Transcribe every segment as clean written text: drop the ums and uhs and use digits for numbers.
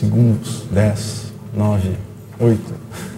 segundos, 10, 9, 8.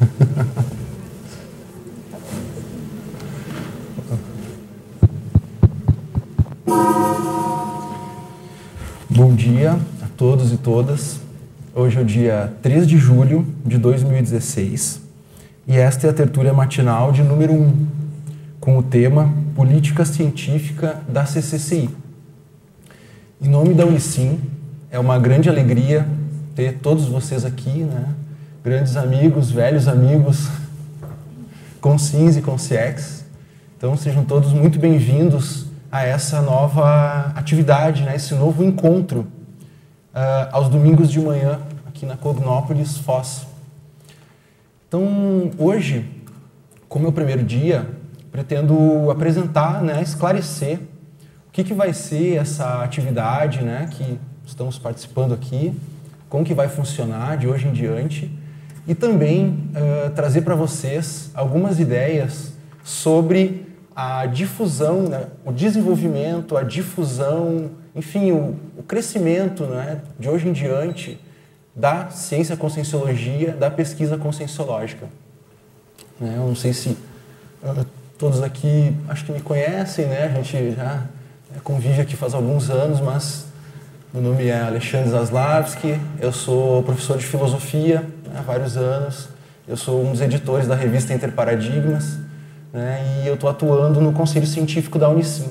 Bom dia a todos e todas. Hoje é o dia 3 de julho de 2016 e esta é a tertúlia matinal de número 1, com o tema Política Científica da CCCI. Em nome da Unicim, é uma grande alegria ter todos vocês aqui, né? Grandes amigos, velhos amigos, Consciens e Consciex. Então sejam todos muito bem-vindos a essa nova atividade, né? Esse novo encontro aos domingos de manhã aqui na Cognópolis, Foz. Então hoje, como é o primeiro dia, pretendo apresentar, né, esclarecer o que vai ser essa atividade, né, que estamos participando aqui, como que vai funcionar de hoje em diante e também trazer para vocês algumas ideias sobre a difusão, né, o desenvolvimento, a difusão, enfim, o crescimento, né, de hoje em diante da ciência conscienciologia, da pesquisa conscienciológica. Eu não sei se todos aqui acho que me conhecem, né? A gente já convive aqui faz alguns anos, mas meu nome é Alexandre Zaslavski, eu sou professor de filosofia há vários anos, eu sou um dos editores da revista Interparadigmas, né? E eu estou atuando no Conselho Científico da Unicim.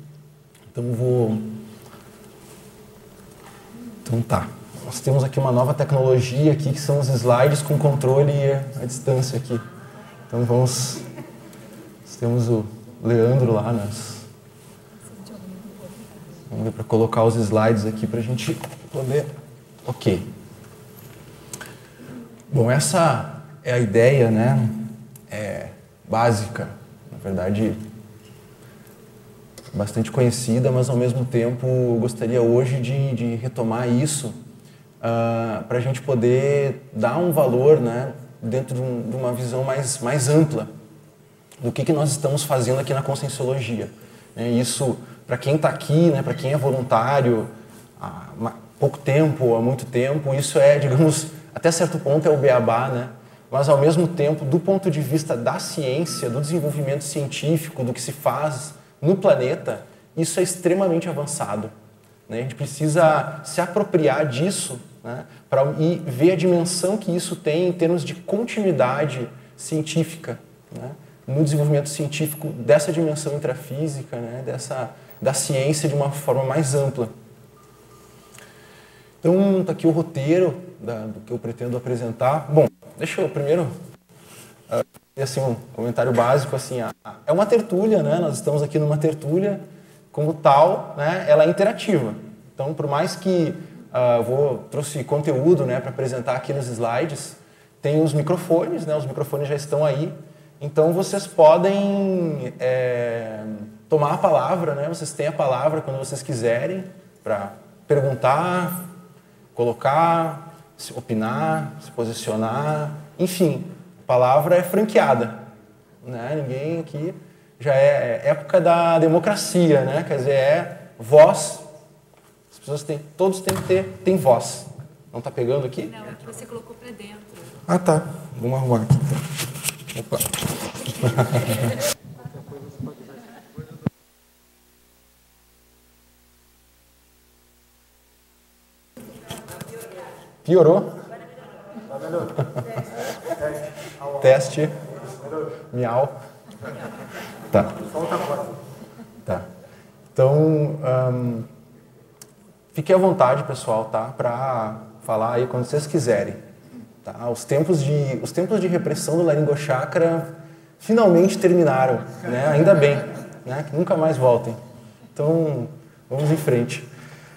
Então tá, nós temos aqui uma nova tecnologia aqui, que são os slides com controle à distância aqui. Então nós temos o Leandro lá, vamos ver para colocar os slides aqui para a gente poder... Ok. Bom, essa é a ideia, né? Básica, na verdade, bastante conhecida, mas ao mesmo tempo eu gostaria hoje de retomar isso para a gente poder dar um valor, né, dentro de uma visão mais ampla do que nós estamos fazendo aqui na Conscienciologia. Isso, para quem está aqui, né, para quem é voluntário há pouco tempo ou há muito tempo, isso é, digamos, até certo ponto é o beabá, né? Mas ao mesmo tempo, do ponto de vista da ciência, do desenvolvimento científico, do que se faz no planeta, isso é extremamente avançado, né? A gente precisa se apropriar disso, né, e ver a dimensão que isso tem em termos de continuidade científica, né, no desenvolvimento científico dessa dimensão intrafísica, né, da ciência de uma forma mais ampla. Então, está aqui o roteiro do que eu pretendo apresentar. Bom, deixa eu primeiro assim, um comentário básico. Assim, é uma tertúlia, né? Nós estamos aqui numa tertúlia, como tal, né? Ela é interativa. Então, por mais que trouxe conteúdo, né, para apresentar aqui nos slides, tem os microfones, né? Os microfones já estão aí. Então, vocês podem tomar a palavra, né? Vocês têm a palavra quando vocês quiserem para perguntar, colocar, opinar, se posicionar, enfim, a palavra é franqueada, né? Ninguém aqui, já é época da democracia, né? Quer dizer, é voz, as pessoas todos têm que ter voz. Não está pegando aqui? Não, é que você colocou para dentro. Ah, tá. Vamos arrumar aqui, então. Opa. Piorou? Teste. Miau. Tá. Tá. Então, fiquem à vontade, pessoal, tá? Para falar aí quando vocês quiserem. Tá? Os tempos de repressão do laringochakra finalmente terminaram, né? Ainda bem, né? Que nunca mais voltem. Então, vamos em frente.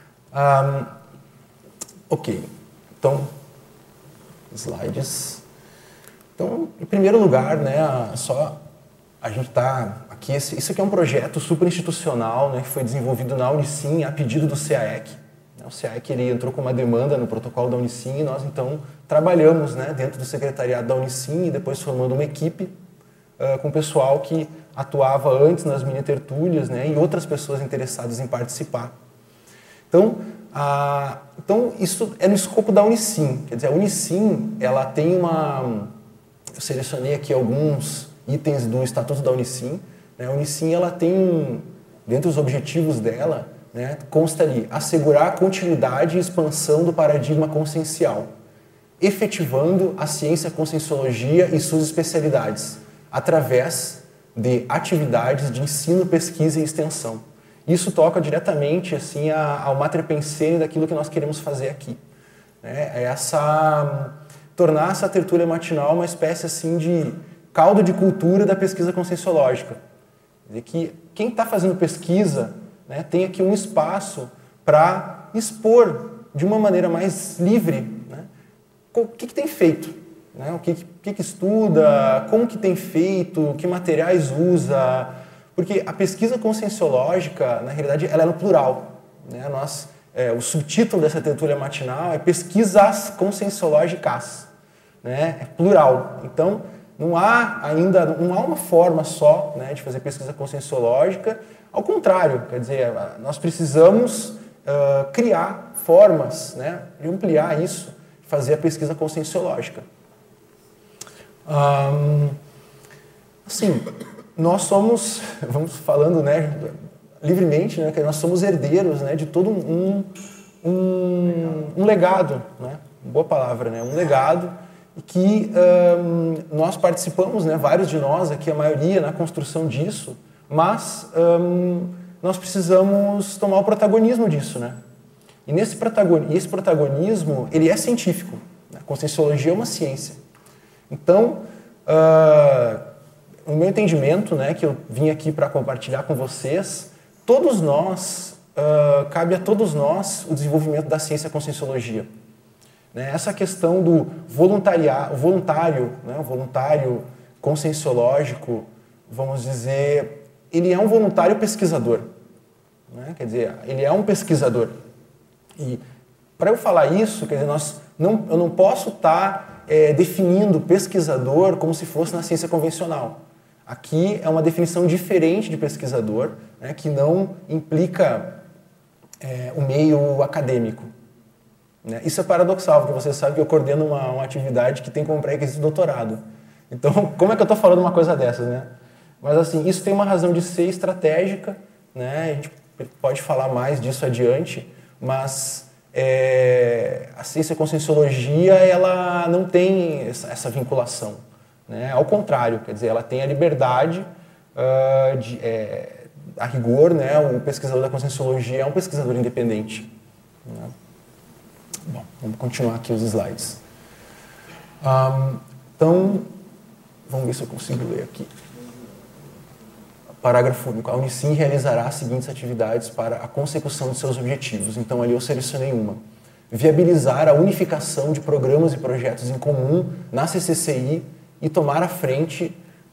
Ok. Então, slides. Então, em primeiro lugar, né, a gente está aqui, isso aqui é um projeto super institucional, né, que foi desenvolvido na Unicim a pedido do CAEC. O CAEC ele entrou com uma demanda no protocolo da Unicim e nós, então, trabalhamos, né, dentro do secretariado da Unicim e depois formando uma equipe com o pessoal que atuava antes nas mini-tertúlias, né, e outras pessoas interessadas em participar. Então, Então, isso é no escopo da Unicim. Quer dizer, a Unicim, ela tem uma... Eu selecionei aqui alguns itens do Estatuto da Unicim. Né? A Unicim, ela tem, dentre os objetivos dela, né, consta ali, assegurar a continuidade e expansão do paradigma consciencial, efetivando a ciência conscienciologia e suas especialidades, através de atividades de ensino, pesquisa e extensão. Isso toca diretamente assim, ao mater pensene daquilo que nós queremos fazer aqui. Né? Tornar essa tertúlia matinal uma espécie assim, de caldo de cultura da pesquisa conscienciológica. Quer dizer, que quem está fazendo pesquisa, né, tem aqui um espaço para expor de uma maneira mais livre, né, o que tem feito, né, o que estuda, como que tem feito, que materiais usa, porque a pesquisa conscienciológica, na realidade, ela é no plural. Né, o subtítulo dessa tertúlia matinal é Pesquisas Conscienciológicas, né, é plural. Então, não há uma forma só, né, de fazer pesquisa conscienciológica. Ao contrário, quer dizer, nós precisamos criar formas, né, de ampliar isso, fazer a pesquisa conscienciológica. Assim, nós somos, vamos falando, né, livremente, né, que nós somos herdeiros, né, de todo um legado, né, boa palavra, né, um legado, e que nós participamos, né, vários de nós aqui, a maioria, na construção disso, mas nós precisamos tomar o protagonismo disso, né? E esse protagonismo, ele é científico. Né? A conscienciologia é uma ciência. Então, no meu entendimento, né, que eu vim aqui para compartilhar com vocês, cabe a todos nós o desenvolvimento da ciência conscienciologia. Né? Essa questão do voluntário, né, o voluntário conscienciológico, vamos dizer, ele é um voluntário pesquisador. Né? Quer dizer, ele é um pesquisador. E para eu falar isso, quer dizer, eu não posso estar definindo pesquisador como se fosse na ciência convencional. Aqui é uma definição diferente de pesquisador, né, que não implica o meio acadêmico. Né? Isso é paradoxal, porque você sabe que eu coordeno uma atividade que tem como pré-requisito doutorado. Então, como é que eu estou falando uma coisa dessas, né? Mas, assim, isso tem uma razão de ser estratégica, né? A gente pode falar mais disso adiante, mas a ciência conscienciologia, ela não tem essa vinculação, né? Ao contrário, quer dizer, ela tem a liberdade a rigor, né? O pesquisador da conscienciologia é um pesquisador independente. Né? Bom, vamos continuar aqui os slides. Então, vamos ver se eu consigo ler aqui. Parágrafo único. A Unicim realizará as seguintes atividades para a consecução de seus objetivos. Então, ali eu selecionei uma. Viabilizar a unificação de programas e projetos em comum na CCCI e tomar frente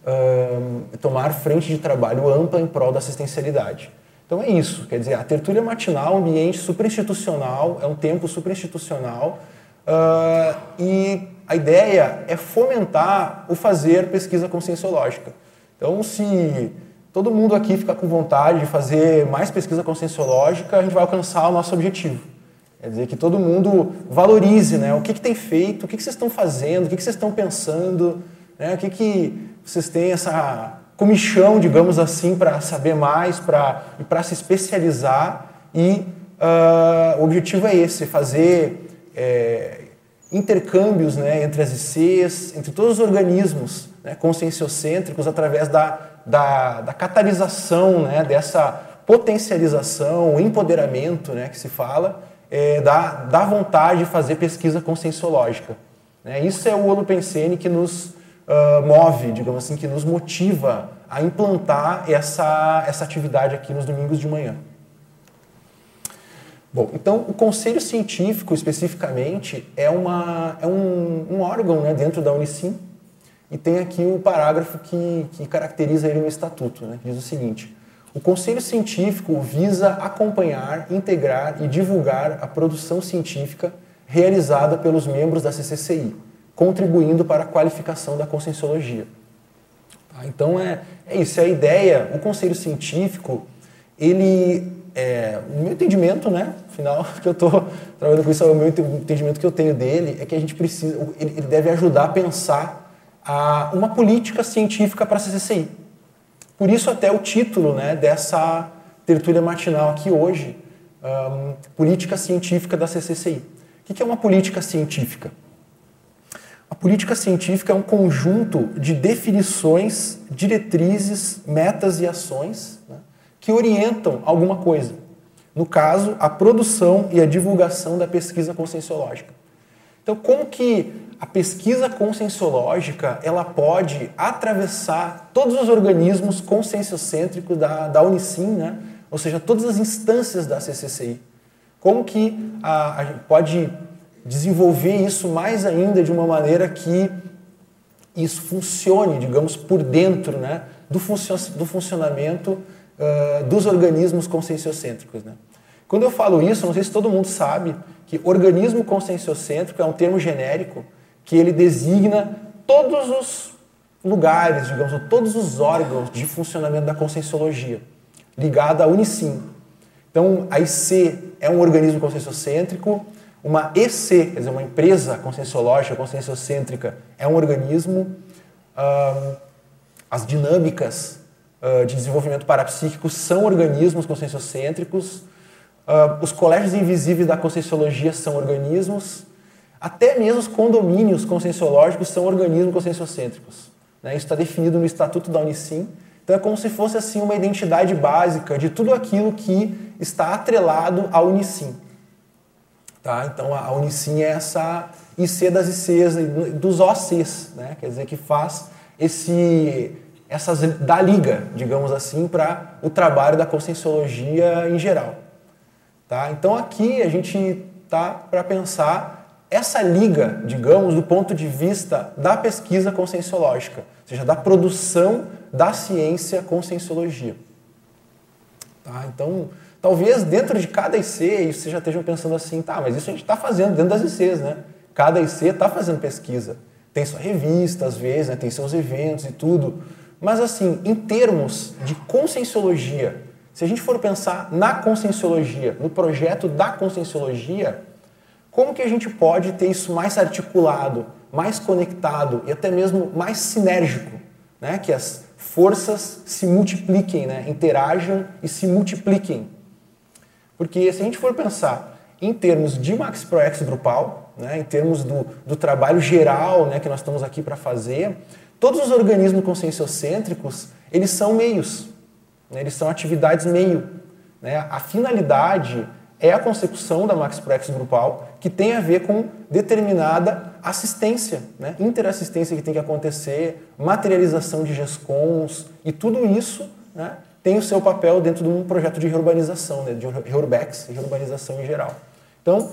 de trabalho ampla em prol da assistencialidade. Então, é isso. Quer dizer, a tertúlia matinal é um ambiente superinstitucional, é um tempo superinstitucional, e a ideia é fomentar o fazer pesquisa conscienciológica. Então, se todo mundo aqui ficar com vontade de fazer mais pesquisa conscienciológica, a gente vai alcançar o nosso objetivo. Quer dizer, que todo mundo valorize, né, o que tem feito, o que vocês estão fazendo, o que vocês estão pensando, né, o que vocês têm essa comichão, digamos assim, para saber mais, para se especializar. E o objetivo é esse, fazer intercâmbios, né, entre as ICs, entre todos os organismos, né, conscienciocêntricos, através da catalisação, né, dessa potencialização, empoderamento, né, que se fala, da vontade de fazer pesquisa conscienciológica. Né? Isso é o holopensene que nos move, digamos assim, que nos motiva a implantar essa atividade aqui nos domingos de manhã. Bom, então o Conselho Científico, especificamente, é um órgão, né, dentro da Unicim, e tem aqui o parágrafo que caracteriza ele no Estatuto, né, que diz o seguinte: o Conselho Científico visa acompanhar, integrar e divulgar a produção científica realizada pelos membros da CCCI, contribuindo para a qualificação da conscienciologia. Então é isso, a ideia. O Conselho Científico, ele, no meu entendimento, né, Afinal, que eu estou trabalhando com isso, o meu entendimento que eu tenho dele é que a gente precisa, ele deve ajudar a pensar uma política científica para a CCCI. Por isso até o título, né, dessa tertúlia matinal aqui hoje, Política Científica da CCCI. O que é uma política científica? A política científica é um conjunto de definições, diretrizes, metas e ações, né, que orientam alguma coisa. No caso, a produção e a divulgação da pesquisa conscienciológica. Então, como que a pesquisa conscienciológica ela pode atravessar todos os organismos conscienciocêntricos da Unicim, né? Ou seja, todas as instâncias da CCCI? Como que a gente pode desenvolver isso mais ainda de uma maneira que isso funcione, digamos, por dentro, né, do funcionamento dos organismos conscienciocêntricos, né? Quando eu falo isso, não sei se todo mundo sabe que organismo conscienciocêntrico é um termo genérico que ele designa todos os lugares, digamos, ou todos os órgãos de funcionamento da conscienciologia, ligado à Unicim. Então, a IC é um organismo conscienciocêntrico, uma EC, quer dizer, uma empresa conscienciológica, conscienciocêntrica, é um organismo. As dinâmicas de desenvolvimento parapsíquico são organismos conscienciocêntricos. Os colégios invisíveis da conscienciologia são organismos. Até mesmo os condomínios conscienciológicos são organismos conscienciocêntricos, né? Isso está definido no Estatuto da Unicim. Então é como se fosse assim uma identidade básica de tudo aquilo que está atrelado à Unicim. Tá? Então a Unicim é essa IC das ICs, dos OCs, né? Quer dizer, que faz da liga, digamos assim, para o trabalho da conscienciologia em geral. Tá? Então aqui a gente tá para pensar essa liga, digamos, do ponto de vista da pesquisa conscienciológica, ou seja, da produção da ciência conscienciologia. Tá? Então, talvez dentro de cada IC, vocês já estejam pensando assim, tá, mas isso a gente está fazendo dentro das ICs, né? Cada IC está fazendo pesquisa. Tem sua revista, às vezes, né? Tem seus eventos e tudo. Mas, assim, em termos de conscienciologia, se a gente for pensar na conscienciologia, no projeto da conscienciologia, como que a gente pode ter isso mais articulado, mais conectado e até mesmo mais sinérgico, né? Que as forças se multipliquem, né? Interajam e se multipliquem. Porque se a gente for pensar em termos de Max Proex grupal, né? Em termos do trabalho geral, né? Que nós estamos aqui para fazer, todos os organismos conscienciocêntricos, eles são meios, né? Eles são atividades meio, né? A finalidade é a consecução da Max Proex grupal, que tem a ver com determinada assistência, né? Interassistência que tem que acontecer, materialização de GESCONs, e tudo isso, né, tem o seu papel dentro de um projeto de reurbanização, né, de Reurbex, reurbanização em geral. Então,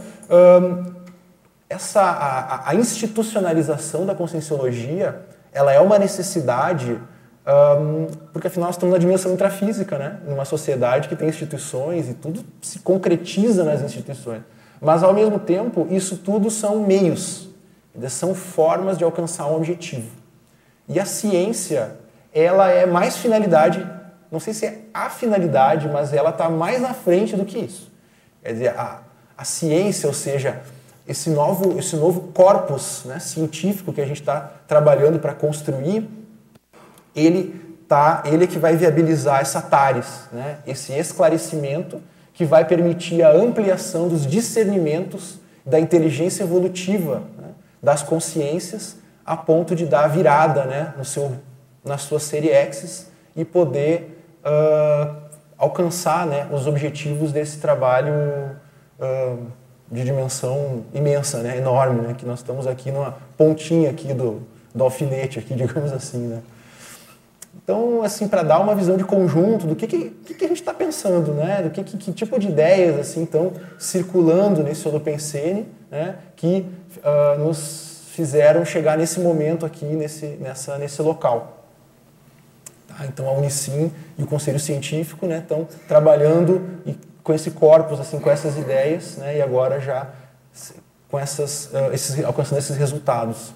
a institucionalização da conscienciologia, ela é uma necessidade, porque afinal nós estamos na dimensão intrafísica, né? Numa sociedade que tem instituições e tudo se concretiza nas instituições. Mas, ao mesmo tempo, isso tudo são meios, são formas de alcançar um objetivo. E a ciência, ela é mais finalidade, não sei se é a finalidade, mas ela está mais na frente do que isso. Quer dizer, a ciência, ou seja, esse novo corpus, né, científico que a gente está trabalhando para construir, ele é que vai viabilizar essa TARES, né, esse esclarecimento que vai permitir a ampliação dos discernimentos da inteligência evolutiva, né, das consciências, a ponto de dar a virada, né, na sua série X e poder alcançar, né, os objetivos desse trabalho de dimensão imensa, né, enorme, né, que nós estamos aqui numa pontinha aqui do alfinete, aqui, digamos assim, né. Então, assim, para dar uma visão de conjunto do que a gente está pensando, né? Do que tipo de ideias assim estão circulando nesse Holopensene, né? Que nos fizeram chegar nesse momento aqui, nesse local. Tá? Então, a Unicim e o Conselho Científico, né, estão trabalhando com esse corpus, assim, com essas ideias, né? E agora já com alcançando esses resultados.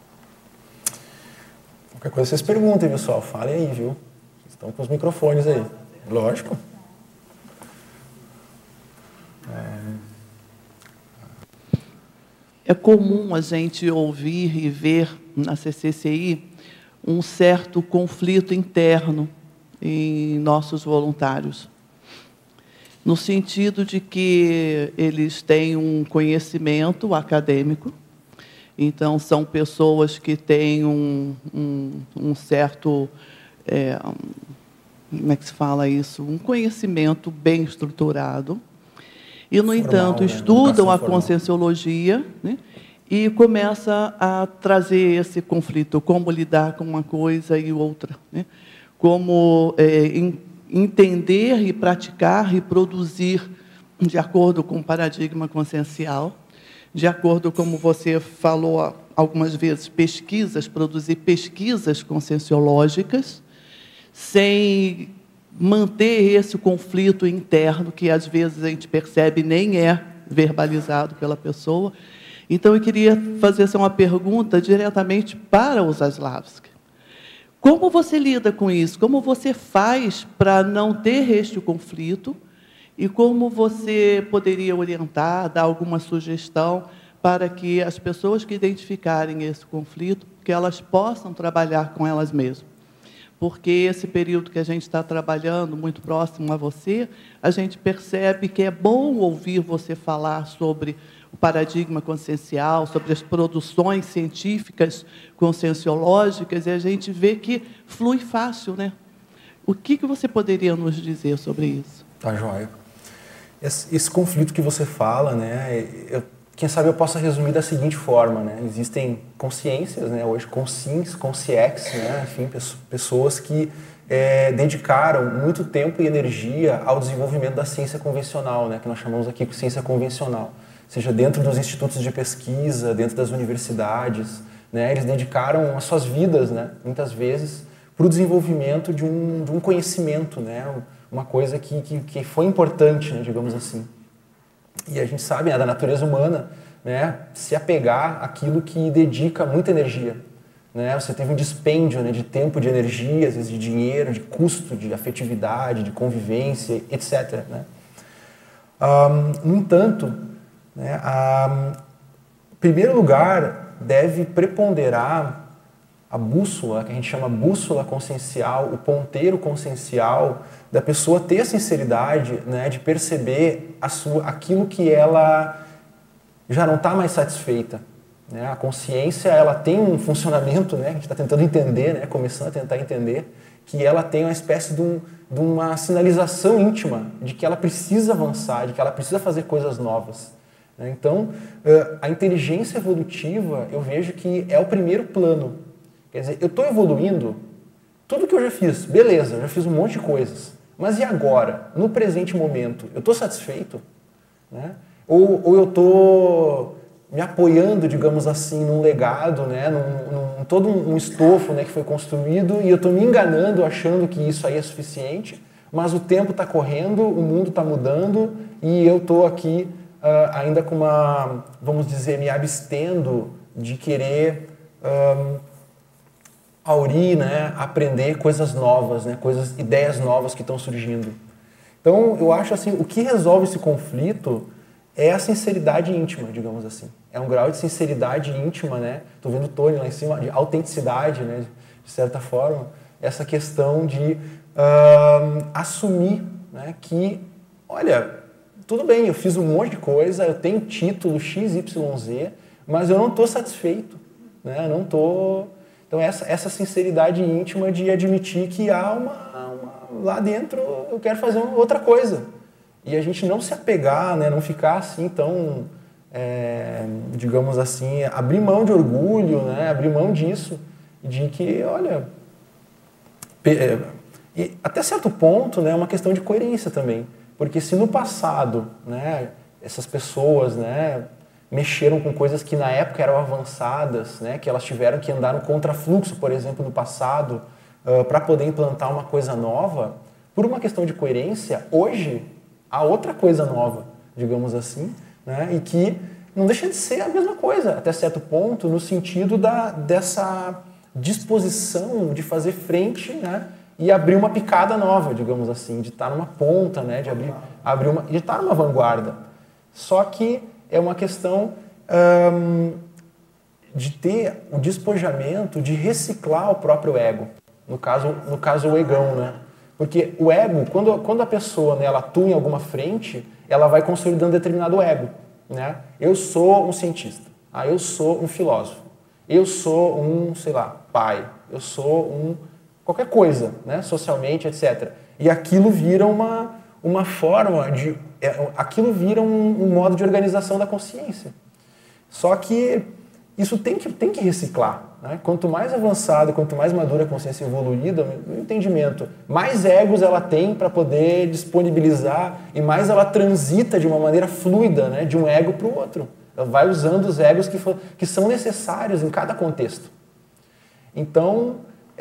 Qualquer coisa vocês perguntem, pessoal. Falem aí, viu? Vocês estão com os microfones aí. Lógico. É comum a gente ouvir e ver na CCCI um certo conflito interno em nossos voluntários, no sentido de que eles têm um conhecimento acadêmico, então são pessoas que têm um certo, como é que se fala isso? Um conhecimento bem estruturado, e, no entanto, estudam a conscienciologia, né, e começa a trazer esse conflito, como lidar com uma coisa e outra, né, como entender e praticar e produzir de acordo com o paradigma consciencial, de acordo, como você falou algumas vezes, pesquisas, produzir pesquisas conscienciológicas, sem manter esse conflito interno, que às vezes a gente percebe nem é verbalizado pela pessoa. Então, eu queria fazer uma pergunta diretamente para o Zaslavsky. Como você lida com isso? Como você faz para não ter este conflito? E como você poderia orientar, dar alguma sugestão para que as pessoas que identificarem esse conflito, que elas possam trabalhar com elas mesmas? Porque esse período que a gente está trabalhando, muito próximo a você, a gente percebe que é bom ouvir você falar sobre o paradigma consciencial, sobre as produções científicas conscienciológicas, e a gente vê que flui fácil, né? O que você poderia nos dizer sobre isso? Tá joia. Esse conflito que você fala, né, quem sabe eu possa resumir da seguinte forma, né? Existem consciências, né, hoje consciências, consciex, né, enfim, pessoas que dedicaram muito tempo e energia ao desenvolvimento da ciência convencional, né, que nós chamamos aqui de ciência convencional, seja dentro dos institutos de pesquisa, dentro das universidades, né, eles dedicaram as suas vidas, né, muitas vezes, para o desenvolvimento de um conhecimento, né, uma coisa que foi importante, né, digamos assim. E a gente sabe, né, da natureza humana, né, se apegar àquilo que dedica muita energia. Né? Você teve um dispêndio, né, de tempo, de energia, às vezes de dinheiro, de custo, de afetividade, de convivência, etc. Né? No entanto, né, em primeiro lugar, deve preponderar a bússola, que a gente chama bússola consciencial, o ponteiro consciencial, da pessoa ter a sinceridade, né, de perceber aquilo que ela já não está mais satisfeita. Né? A consciência, ela tem um funcionamento, né, a gente está tentando entender, né, começando a tentar entender, que ela tem uma espécie de uma sinalização íntima de que ela precisa avançar, de que ela precisa fazer coisas novas. Né? Então, a inteligência evolutiva, eu vejo que é o primeiro plano. Quer dizer, eu estou evoluindo, tudo que eu já fiz, beleza, eu já fiz um monte de coisas, mas e agora, no presente momento, eu estou satisfeito? Né? Ou eu estou me apoiando, digamos assim, num legado, né? Todo um estofo, né, que foi construído, e eu estou me enganando, achando que isso aí é suficiente, mas o tempo está correndo, o mundo está mudando, e eu estou aqui ainda com vamos dizer, me abstendo de querer aurir, né, aprender coisas novas, né, ideias novas que estão surgindo. Então, eu acho assim, o que resolve esse conflito é a sinceridade íntima, digamos assim. É um grau de sinceridade íntima, né? Estou vendo o Tony lá em cima, de autenticidade, né, de certa forma. Essa questão de assumir, né, que, olha, tudo bem, eu fiz um monte de coisa, eu tenho título XYZ, mas eu não estou satisfeito, né? Eu não estou... Então, essa sinceridade íntima de admitir que há lá dentro eu quero fazer outra coisa. E a gente não se apegar, né, não ficar assim tão, digamos assim, abrir mão de orgulho, né, abrir mão disso, de que, olha, e até certo ponto, né, é uma questão de coerência também. Porque se no passado, né, essas pessoas, né, mexeram com coisas que na época eram avançadas, né, que elas tiveram que andar no contrafluxo, por exemplo, no passado, para poder implantar uma coisa nova, por uma questão de coerência, hoje há outra coisa nova, digamos assim, né, e que não deixa de ser a mesma coisa, até certo ponto, no sentido dessa disposição de fazer frente, né, e abrir uma picada nova, digamos assim, de estar numa ponta, né, de estar numa vanguarda. Só que é uma questão de ter o despojamento de reciclar o próprio ego. No caso o egão, né? Porque o ego, quando a pessoa, né, ela atua em alguma frente, ela vai consolidando determinado ego, né? Eu sou um cientista, eu sou um filósofo, eu sou um, sei lá, pai, eu sou um qualquer coisa, né, socialmente, etc. E aquilo vira uma forma de... aquilo vira um modo de organização da consciência. Só que isso tem que reciclar, né? Quanto mais avançado, quanto mais madura a consciência evoluída, no entendimento, mais egos ela tem para poder disponibilizar e mais ela transita de uma maneira fluida, né, de um ego para o outro. Ela vai usando os egos que são necessários em cada contexto. Então,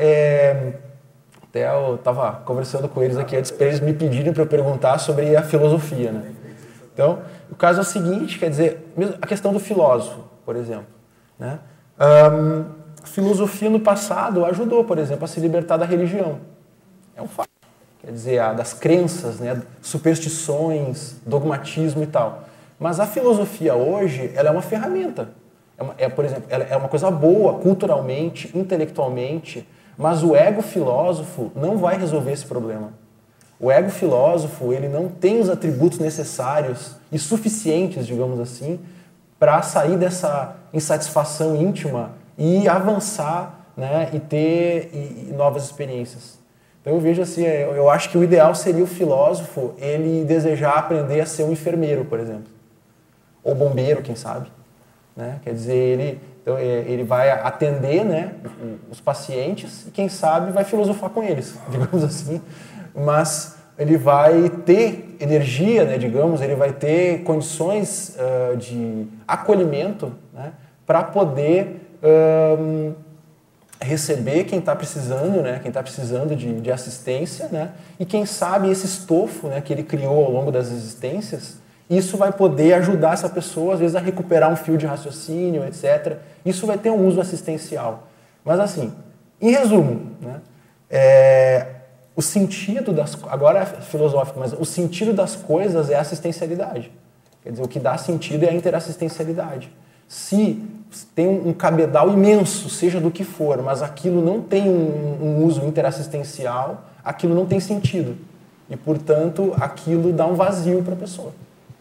até eu estava conversando com eles aqui antes para eles me pedirem para eu perguntar sobre a filosofia, né? Então, o caso é o seguinte, quer dizer, a questão do filósofo, por exemplo, né? A filosofia no passado ajudou, por exemplo, a se libertar da religião. É um fato. Quer dizer, das crenças, né, superstições, dogmatismo e tal. Mas a filosofia hoje, ela é uma ferramenta. Por exemplo, ela é uma coisa boa culturalmente, intelectualmente, mas o ego filósofo não vai resolver esse problema. O ego filósofo, ele não tem os atributos necessários e suficientes, digamos assim, para sair dessa insatisfação íntima e avançar, né, e ter novas experiências. Então eu vejo assim, eu acho que o ideal seria o filósofo, ele desejar aprender a ser um enfermeiro, por exemplo. Ou bombeiro, quem sabe. Né? Quer dizer, ele vai atender, né, os pacientes e quem sabe vai filosofar com eles, digamos assim. Mas ele vai ter energia, né, digamos, ele vai ter condições de acolhimento, né, para poder receber quem está precisando, né, quem está precisando de assistência, né, e quem sabe esse estofo, né, que ele criou ao longo das existências, isso vai poder ajudar essa pessoa, às vezes, a recuperar um fio de raciocínio, etc. Isso vai ter um uso assistencial. Mas, assim, em resumo, né, o sentido agora é filosófico, mas o sentido das coisas é a assistencialidade. Quer dizer, o que dá sentido é a interassistencialidade. Se tem um cabedal imenso, seja do que for, mas aquilo não tem um uso interassistencial, aquilo não tem sentido. E, portanto, aquilo dá um vazio para a pessoa.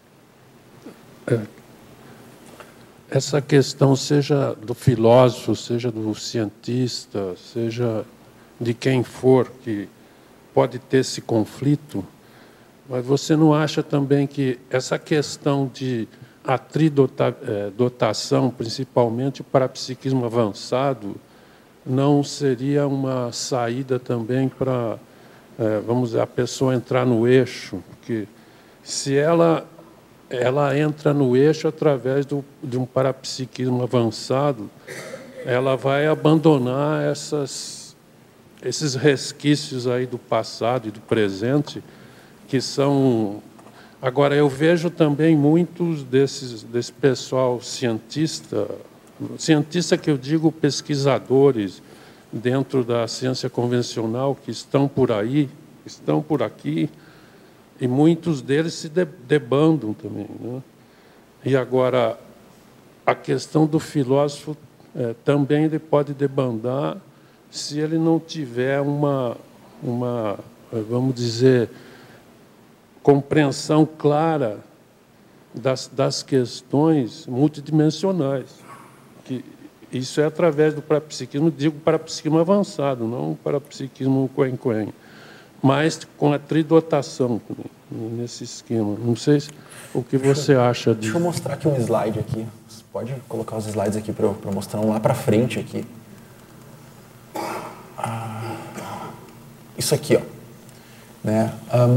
Essa questão, seja do filósofo, seja do cientista, seja de quem for, que pode ter esse conflito, mas você não acha também que essa questão de a tridotação, principalmente para psiquismo avançado, não seria uma saída também para, vamos dizer, a pessoa entrar no eixo? Porque se ela entra no eixo através de um parapsiquismo avançado, ela vai abandonar esses resquícios aí do passado e do presente, que são... Agora, eu vejo também muitos desse pessoal cientista que eu digo pesquisadores dentro da ciência convencional, que estão por aí, estão por aqui, e muitos deles se debandam também, né? E agora, a questão do filósofo também ele pode debandar se ele não tiver uma vamos dizer, compreensão clara das questões multidimensionais. Que isso é através do parapsiquismo, digo parapsiquismo avançado, não parapsiquismo quen-quen, mas com a tridotação nesse esquema. Não sei o que você acha disso. Deixa eu mostrar aqui um slide aqui. Você pode colocar os slides aqui para mostrar um lá para frente aqui. Isso aqui, ó. Né?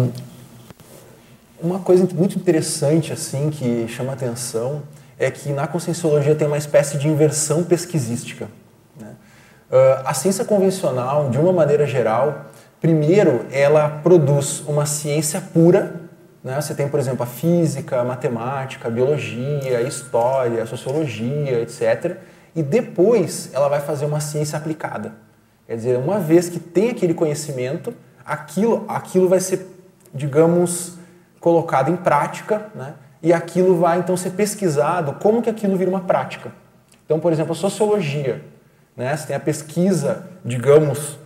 Uma coisa muito interessante assim que chama atenção é que na conscienciologia tem uma espécie de inversão pesquisística, né? A ciência convencional, de uma maneira geral, primeiro ela produz uma ciência pura, né? Você tem, por exemplo, a física, a matemática, a biologia, a história, a sociologia, etc. E depois ela vai fazer uma ciência aplicada. Quer dizer, uma vez que tem aquele conhecimento, aquilo vai ser, digamos, colocado em prática, né? e aquilo vai então ser pesquisado, como que aquilo vira uma prática. Então, por exemplo, a sociologia, né? Você tem a pesquisa, digamos,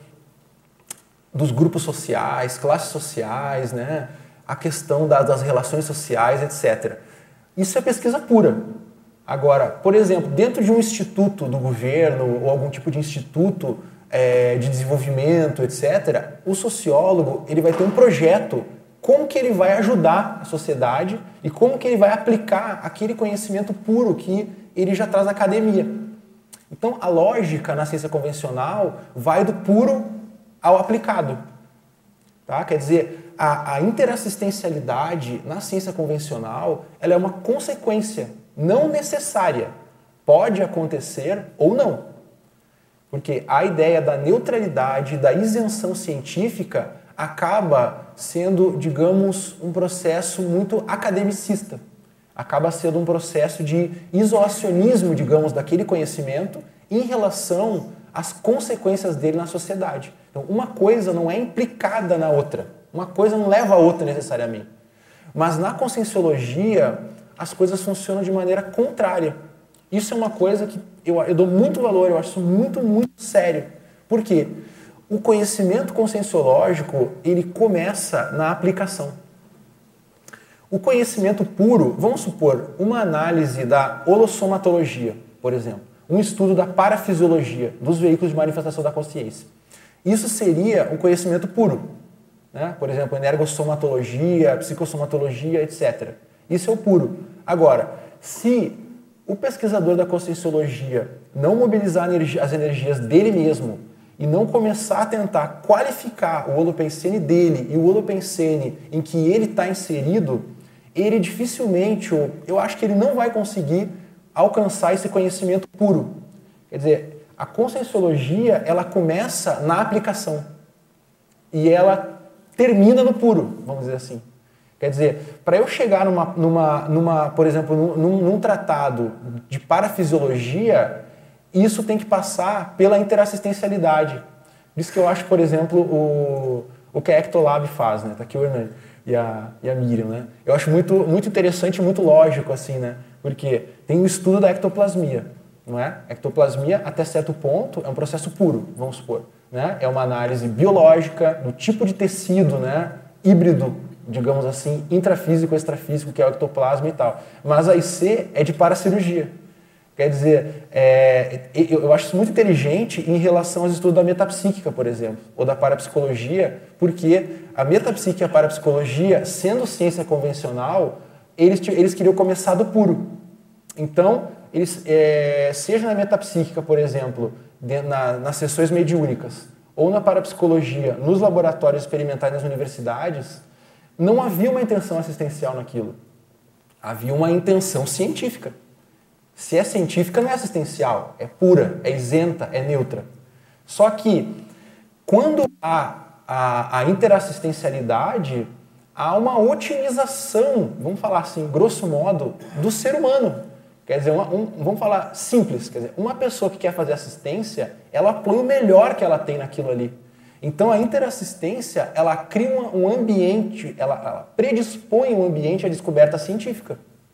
dos grupos sociais, classes sociais, né? A questão das relações sociais, etc. Isso é pesquisa pura. Agora, por exemplo, dentro de um instituto do governo ou algum tipo de instituto de desenvolvimento, etc., o sociólogo ele vai ter um projeto, como que ele vai ajudar a sociedade e como que ele vai aplicar aquele conhecimento puro que ele já traz da academia. Então, a lógica na ciência convencional vai do puro ao aplicado. Tá? Quer dizer, a interassistencialidade na ciência convencional ela é uma consequência, não necessária. Pode acontecer ou não. Porque a ideia da neutralidade, da isenção científica acaba sendo, digamos, um processo muito academicista. Acaba sendo um processo de isolacionismo, digamos, daquele conhecimento em relação às consequências dele na sociedade. Então, uma coisa não é implicada na outra. Uma coisa não leva a outra necessariamente. Mas na conscienciologia, as coisas funcionam de maneira contrária. Isso é uma coisa que eu dou muito valor, eu acho isso muito, muito sério. Por quê? O conhecimento conscienciológico, ele começa na aplicação. O conhecimento puro, vamos supor, uma análise da holossomatologia, por exemplo, um estudo da parafisiologia, dos veículos de manifestação da consciência. Isso seria um conhecimento puro. Né? Por exemplo, energossomatologia, psicossomatologia, etc. Isso é o puro. Agora, se o pesquisador da conscienciologia não mobilizar as energias dele mesmo e não começar a tentar qualificar o holopensene dele e o holopensene em que ele está inserido, ele dificilmente, eu acho que ele não vai conseguir alcançar esse conhecimento puro. Quer dizer, a conscienciologia, ela começa na aplicação e ela termina no puro, vamos dizer assim. Quer dizer, para eu chegar por exemplo, num tratado de parafisiologia, isso tem que passar pela interassistencialidade. Por isso que eu acho, por exemplo, o que a Ectolab faz, né? Tá aqui o Hernani e a Miriam, né? Eu acho muito, muito interessante e muito lógico, assim, né? Porque tem o estudo da ectoplasmia, não é? A ectoplasmia, até certo ponto, é um processo puro, vamos supor. Né? É uma análise biológica do tipo de tecido, né? Híbrido, digamos assim, intrafísico, extrafísico, que é o ectoplasma e tal. Mas a IC é de paracirurgia. Quer dizer, eu acho isso muito inteligente em relação aos estudos da metapsíquica, por exemplo, ou da parapsicologia, porque a metapsíquica e a parapsicologia, sendo ciência convencional, eles queriam começar do puro. Então, seja na metapsíquica, por exemplo, nas sessões mediúnicas, ou na parapsicologia, nos laboratórios experimentais nas universidades, não havia uma intenção assistencial naquilo. Havia uma intenção científica. Se é científica, não é assistencial, é pura, é isenta, é neutra. Só que, quando há a interassistencialidade, há uma otimização, vamos falar assim, grosso modo, do ser humano. Quer dizer, vamos falar simples, quer dizer, uma pessoa que quer fazer assistência, ela põe o melhor que ela tem naquilo ali. Então, a interassistência, ela cria um ambiente, ela predispõe um ambiente à descoberta científica.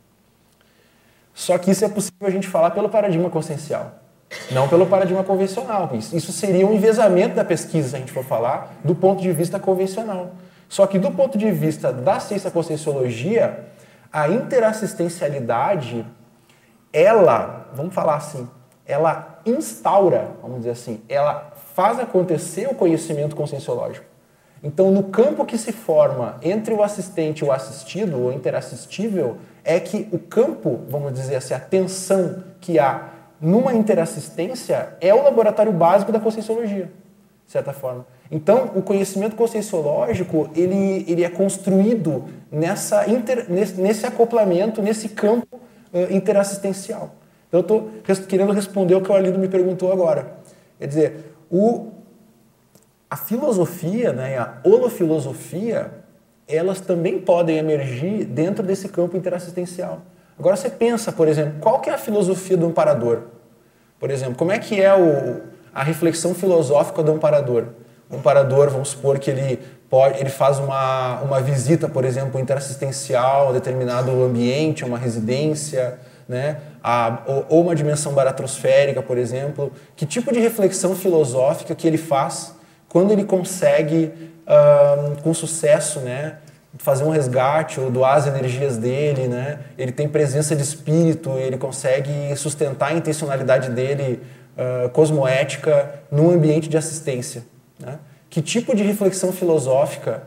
Só que isso é possível a gente falar pelo paradigma consciencial, não pelo paradigma convencional. Isso seria um enviesamento da pesquisa, se a gente for falar, do ponto de vista convencional. Só que do ponto de vista da ciência conscienciologia, a interassistencialidade, ela, vamos falar assim, ela instaura, vamos dizer assim, ela faz acontecer o conhecimento conscienciológico. Então, no campo que se forma entre o assistente e o assistido, o interassistível, é que o campo, vamos dizer assim, a tensão que há numa interassistência é o laboratório básico da conscienciologia, de certa forma. Então, o conhecimento conscienciológico, ele é construído nesse acoplamento, nesse campo interassistencial. Então, eu estou querendo responder o que o Arlindo me perguntou agora. Quer dizer, a filosofia, né, a holofilosofia, elas também podem emergir dentro desse campo interassistencial. Agora você pensa, por exemplo, qual que é a filosofia do amparador? Por exemplo, como é que é a reflexão filosófica do amparador? O amparador, vamos supor que ele ele faz uma visita, por exemplo, interassistencial a determinado ambiente, uma residência, né? Ou uma dimensão baratrosférica, por exemplo. Que tipo de reflexão filosófica que ele faz quando ele consegue, com sucesso, né, fazer um resgate ou doar as energias dele, né? Ele tem presença de espírito, ele consegue sustentar a intencionalidade dele cosmoética num ambiente de assistência, né? Que tipo de reflexão filosófica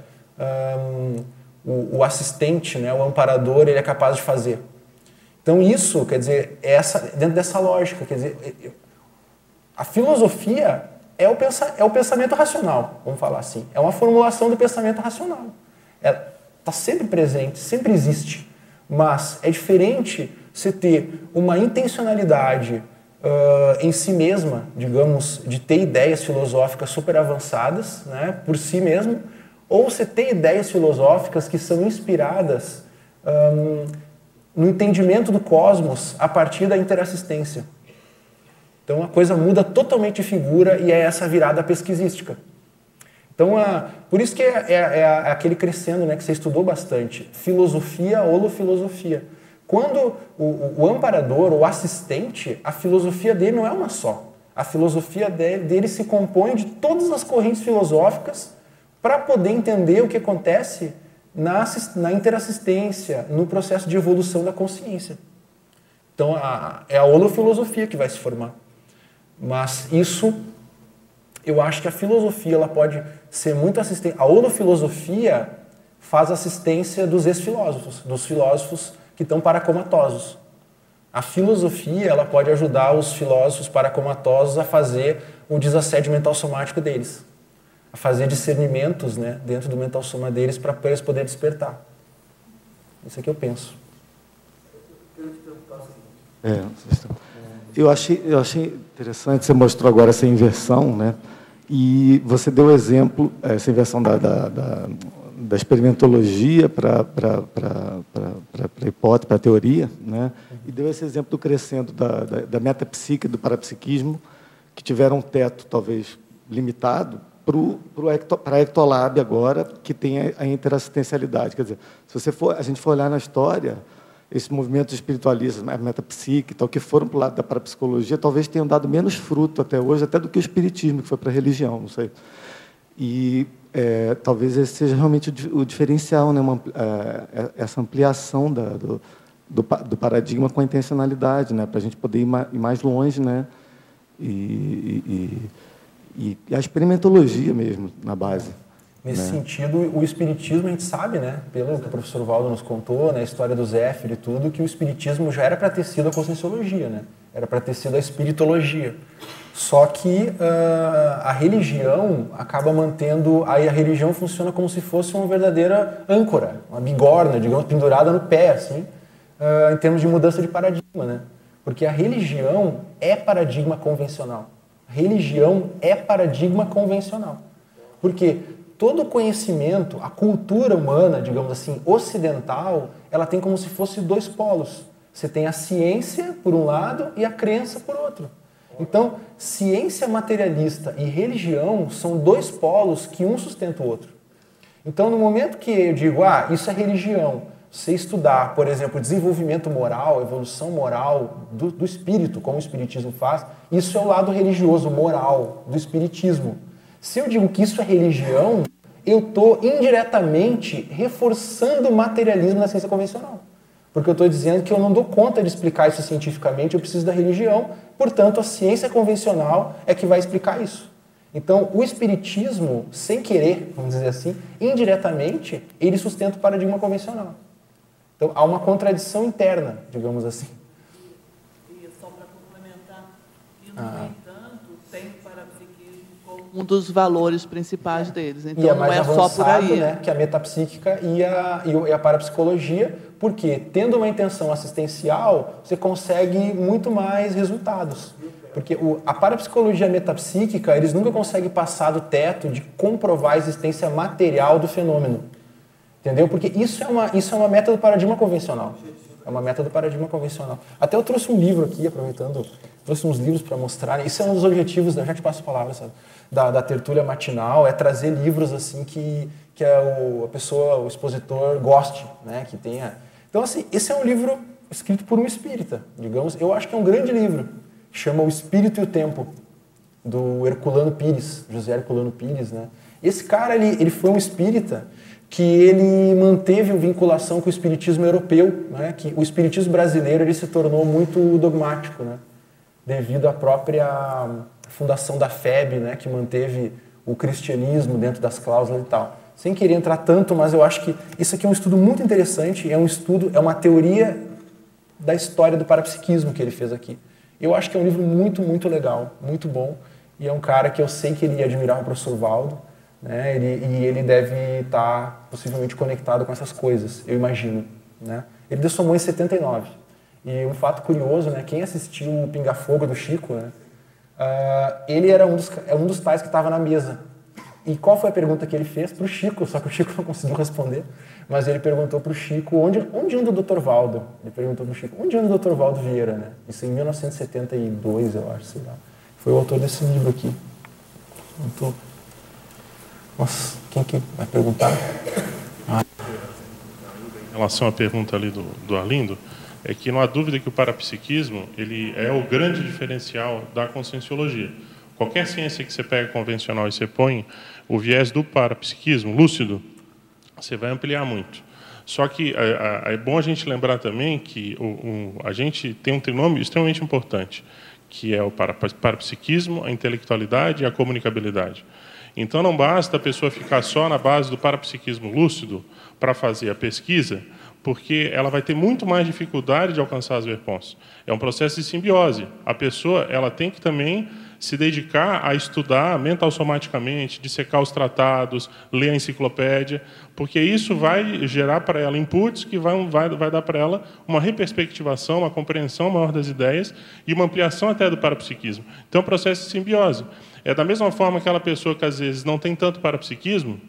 o assistente, né, o amparador, ele é capaz de fazer? Então isso, quer dizer, dentro dessa lógica, quer dizer, a filosofia é o pensamento racional, vamos falar assim. É uma formulação do pensamento racional. Ela está sempre presente, sempre existe. Mas é diferente você ter uma intencionalidade em si mesma, digamos, de ter ideias filosóficas super avançadas, né, por si mesmo, ou você ter ideias filosóficas que são inspiradas no entendimento do cosmos a partir da interassistência. Então a coisa muda totalmente de figura e é essa virada pesquisística. Então, por isso que é aquele crescendo, né, que você estudou bastante, filosofia, holofilosofia. Quando o amparador, o assistente, a filosofia dele não é uma só. A filosofia dele se compõe de todas as correntes filosóficas para poder entender o que acontece na interassistência, no processo de evolução da consciência. Então, é a holofilosofia que vai se formar. Mas isso, eu acho que a filosofia ela pode ser muito assistente. A holofilosofia faz assistência dos ex-filósofos, dos filósofos que estão paracomatosos. A filosofia ela pode ajudar os filósofos paracomatosos a fazer o desassédio mental somático deles, a fazer discernimentos, né, dentro do mental soma deles para eles poderem despertar. Isso é que eu penso. Eu achei interessante, você mostrou agora essa inversão, né? E você deu o exemplo, essa inversão da experimentologia para a hipótese, para a teoria, né? E deu esse exemplo do crescendo da metapsique, do parapsiquismo, que tiveram um teto talvez limitado para a Ectolab agora, que tem a interassistencialidade. Quer dizer, se a gente for olhar na história, esses movimentos espiritualistas, a metapsique, tal, que foram para o lado da parapsicologia, talvez tenham dado menos fruto até hoje, até do que o espiritismo, que foi para a religião, não sei. E talvez esse seja realmente o diferencial, né? Essa ampliação do paradigma com a intencionalidade, né? Para a gente poder ir mais longe, né? E a experimentologia mesmo, na base. Nesse sentido, o espiritismo, a gente sabe, né, pelo que o professor Valdo nos contou, né, a história do Zéfiro e tudo, que o espiritismo já era para ter sido a conscienciologia, né? Era para ter sido a espiritologia. Só que a religião acaba mantendo... Aí a religião funciona como se fosse uma verdadeira âncora, uma bigorna, digamos, pendurada no pé, assim, em termos de mudança de paradigma, né? Porque a religião é paradigma convencional. A religião é paradigma convencional. Porque todo o conhecimento, a cultura humana, digamos assim, ocidental, ela tem como se fosse dois polos. Você tem a ciência, por um lado, e a crença, por outro. Então, ciência materialista e religião são dois polos que um sustenta o outro. Então, no momento que eu digo, isso é religião, você estudar, por exemplo, desenvolvimento moral, evolução moral do espírito, como o espiritismo faz, isso é o lado religioso, moral, do espiritismo. Se eu digo que isso é religião, eu estou indiretamente reforçando o materialismo na ciência convencional. Porque eu estou dizendo que eu não dou conta de explicar isso cientificamente, eu preciso da religião, portanto, a ciência convencional é que vai explicar isso. Então, o espiritismo, sem querer, vamos dizer assim, indiretamente, ele sustenta o paradigma convencional. Então, há uma contradição interna, digamos assim. E só para complementar, e no entanto, tem o parapsiquismo como um dos valores principais deles. Então, e é mais não é só por aí, né, que a metapsíquica e a parapsicologia, porque tendo uma intenção assistencial, você consegue muito mais resultados. Porque a parapsicologia e a metapsíquica, eles nunca conseguem passar do teto de comprovar a existência material do fenômeno. Entendeu? Porque isso é uma meta do paradigma convencional. É uma meta do paradigma convencional. Até eu trouxe um livro aqui, aproveitando, trouxe uns livros para mostrar. Isso é um dos objetivos, já te passo a palavra, sabe, da tertúlia matinal, é trazer livros assim que a pessoa, o expositor goste, né, que tenha. Então, assim, esse é um livro escrito por um espírita, digamos. Eu acho que é um grande livro. Chama O Espírito e o Tempo, do Herculano Pires, José Herculano Pires, né? Esse cara, ele foi um espírita que ele manteve a vinculação com o espiritismo europeu, né? Que o espiritismo brasileiro ele se tornou muito dogmático, né? Devido à própria fundação da FEB, né? Que manteve o cristianismo dentro das cláusulas e tal. Sem querer entrar tanto, mas eu acho que isso aqui é um estudo muito interessante, é uma teoria da história do parapsiquismo que ele fez aqui. Eu acho que é um livro muito, muito legal, muito bom, e é um cara que eu sei que ele ia admirar o professor Valdo, né? Ele deve estar possivelmente conectado com essas coisas, eu imagino, né? Ele dessomou em 79. E um fato curioso, né? Quem assistiu o Pinga Fogo do Chico, né? Ele era um dos tais que estava na mesa. E qual foi a pergunta que ele fez para o Chico? Só que o Chico não conseguiu responder. Mas ele perguntou para o Chico onde anda o Dr. Valdo. Ele perguntou para o Chico, onde anda o Dr. Valdo Vieira, né? Isso em 1972, eu acho, sei lá. Foi o autor desse livro aqui. Nossa, quem que vai perguntar? Em relação à pergunta ali do Arlindo, é que não há dúvida que o parapsiquismo ele é o grande diferencial da conscienciologia. Qualquer ciência que você pega convencional e você põe o viés do parapsiquismo lúcido, você vai ampliar muito. Só que é bom a gente lembrar também que a gente tem um trinômio extremamente importante, que é o parapsiquismo, a intelectualidade e a comunicabilidade. Então, não basta a pessoa ficar só na base do parapsiquismo lúcido para fazer a pesquisa, porque ela vai ter muito mais dificuldade de alcançar as verpons. É um processo de simbiose. A pessoa ela tem que também se dedicar a estudar mental-somaticamente, dissecar os tratados, ler a enciclopédia, porque isso vai gerar para ela inputs que vai dar para ela uma reperspectivação, uma compreensão maior das ideias e uma ampliação até do parapsiquismo. Então, é um processo de simbiose. É da mesma forma que aquela pessoa que, às vezes, não tem tanto parapsiquismo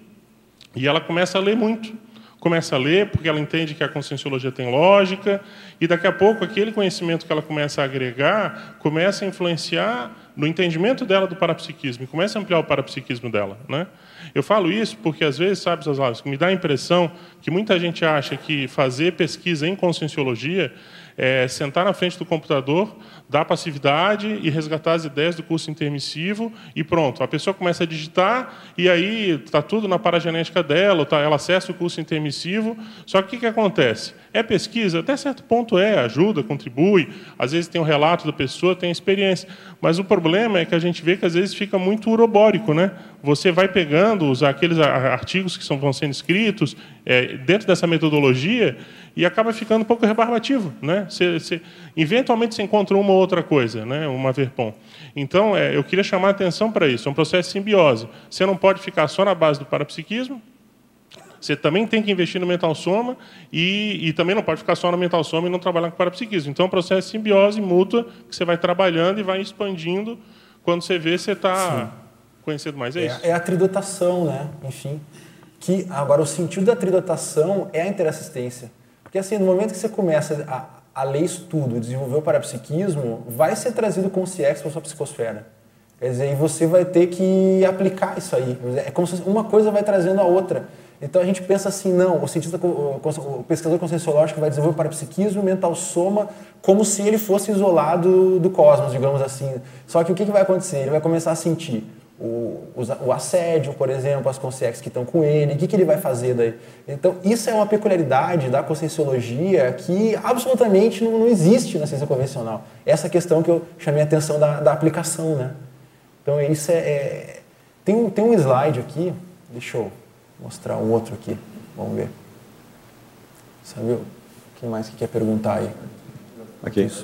e ela começa a ler muito. Começa a ler porque ela entende que a conscienciologia tem lógica e, daqui a pouco, aquele conhecimento que ela começa a agregar começa a influenciar no entendimento dela do parapsiquismo e começa a ampliar o parapsiquismo dela, né? Eu falo isso porque, às vezes, sabe, Oswaldo, me dá a impressão que muita gente acha que fazer pesquisa em conscienciologia é sentar na frente do computador, dar passividade e resgatar as ideias do curso intermissivo e pronto. A pessoa começa a digitar e aí está tudo na paragenética dela, ela acessa o curso intermissivo. Só que o que acontece? É pesquisa? Até certo ponto ajuda, contribui. Às vezes tem um relato da pessoa, tem a experiência. Mas o problema é que a gente vê que às vezes fica muito urobórico, né? Você vai pegando aqueles artigos que vão sendo escritos dentro dessa metodologia e acaba ficando um pouco rebarbativo, né? Eventualmente você encontra uma ou outra coisa, né? Uma verpom. Então, eu queria chamar a atenção para isso. É um processo de simbiose. Você não pode ficar só na base do parapsiquismo. Você também tem que investir no mental soma e também não pode ficar só no mental soma e não trabalhar com parapsiquismo. Então, é um processo de simbiose mútua que você vai trabalhando e vai expandindo. Quando você vê, você está conhecendo mais. Isso? É a tridotação, né? Enfim. Agora, o sentido da tridotação é a interassistência. Porque, assim, no momento que você começa a ler estudo e desenvolver o parapsiquismo, vai ser trazido consciência para a sua psicosfera. Quer dizer, e você vai ter que aplicar isso aí. É como se uma coisa vai trazendo a outra. Então, a gente pensa assim, não, o pesquisador conscienciológico vai desenvolver o parapsiquismo, o mental soma, como se ele fosse isolado do cosmos, digamos assim. Só que o que vai acontecer? Ele vai começar a sentir o assédio, por exemplo, as consciências que estão com ele, o que ele vai fazer daí? Então, isso é uma peculiaridade da conscienciologia que absolutamente não existe na ciência convencional. Essa questão que eu chamei a atenção da aplicação, né? Então, isso tem um slide aqui, deixa eu mostrar um outro aqui, vamos ver. Sabe, quem mais que quer perguntar aí? Aqui. Isso.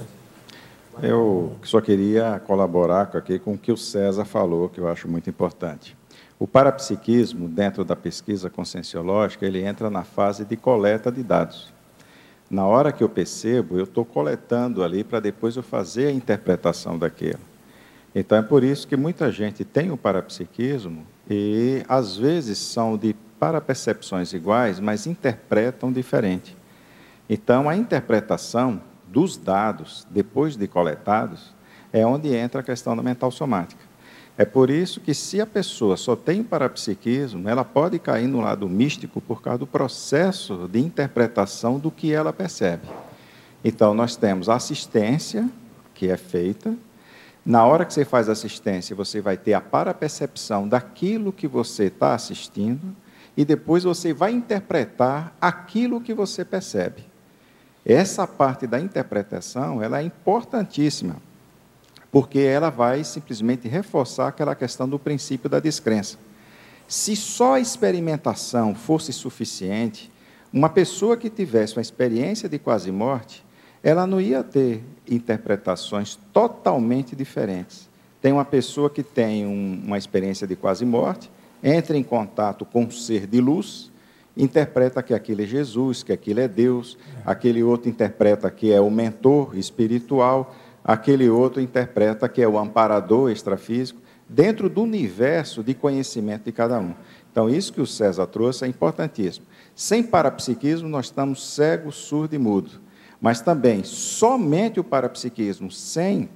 Eu só queria colaborar aqui com o que o César falou, que eu acho muito importante. O parapsiquismo, dentro da pesquisa conscienciológica, ele entra na fase de coleta de dados. Na hora que eu percebo, eu estou coletando ali para depois eu fazer a interpretação daquilo. Então, é por isso que muita gente tem o parapsiquismo e, às vezes, são de parapercepções iguais, mas interpretam diferente. Então, a interpretação dos dados, depois de coletados, é onde entra a questão da mental somática. É por isso que, se a pessoa só tem o parapsiquismo, ela pode cair no lado místico por causa do processo de interpretação do que ela percebe. Então, nós temos a assistência, que é feita. Na hora que você faz assistência, você vai ter a parapercepção daquilo que você está assistindo e depois você vai interpretar aquilo que você percebe. Essa parte da interpretação, ela é importantíssima, porque ela vai simplesmente reforçar aquela questão do princípio da descrença. Se só a experimentação fosse suficiente, uma pessoa que tivesse uma experiência de quase-morte, ela não ia ter interpretações totalmente diferentes. Tem uma pessoa que tem uma experiência de quase-morte, entra em contato com um ser de luz, interpreta que aquilo é Jesus, que aquilo é Deus, aquele outro interpreta que é o mentor espiritual, aquele outro interpreta que é o amparador extrafísico, dentro do universo de conhecimento de cada um. Então, isso que o César trouxe é importantíssimo. Sem parapsiquismo, nós estamos cegos, surdos e mudos. Mas também, somente o parapsiquismo, sem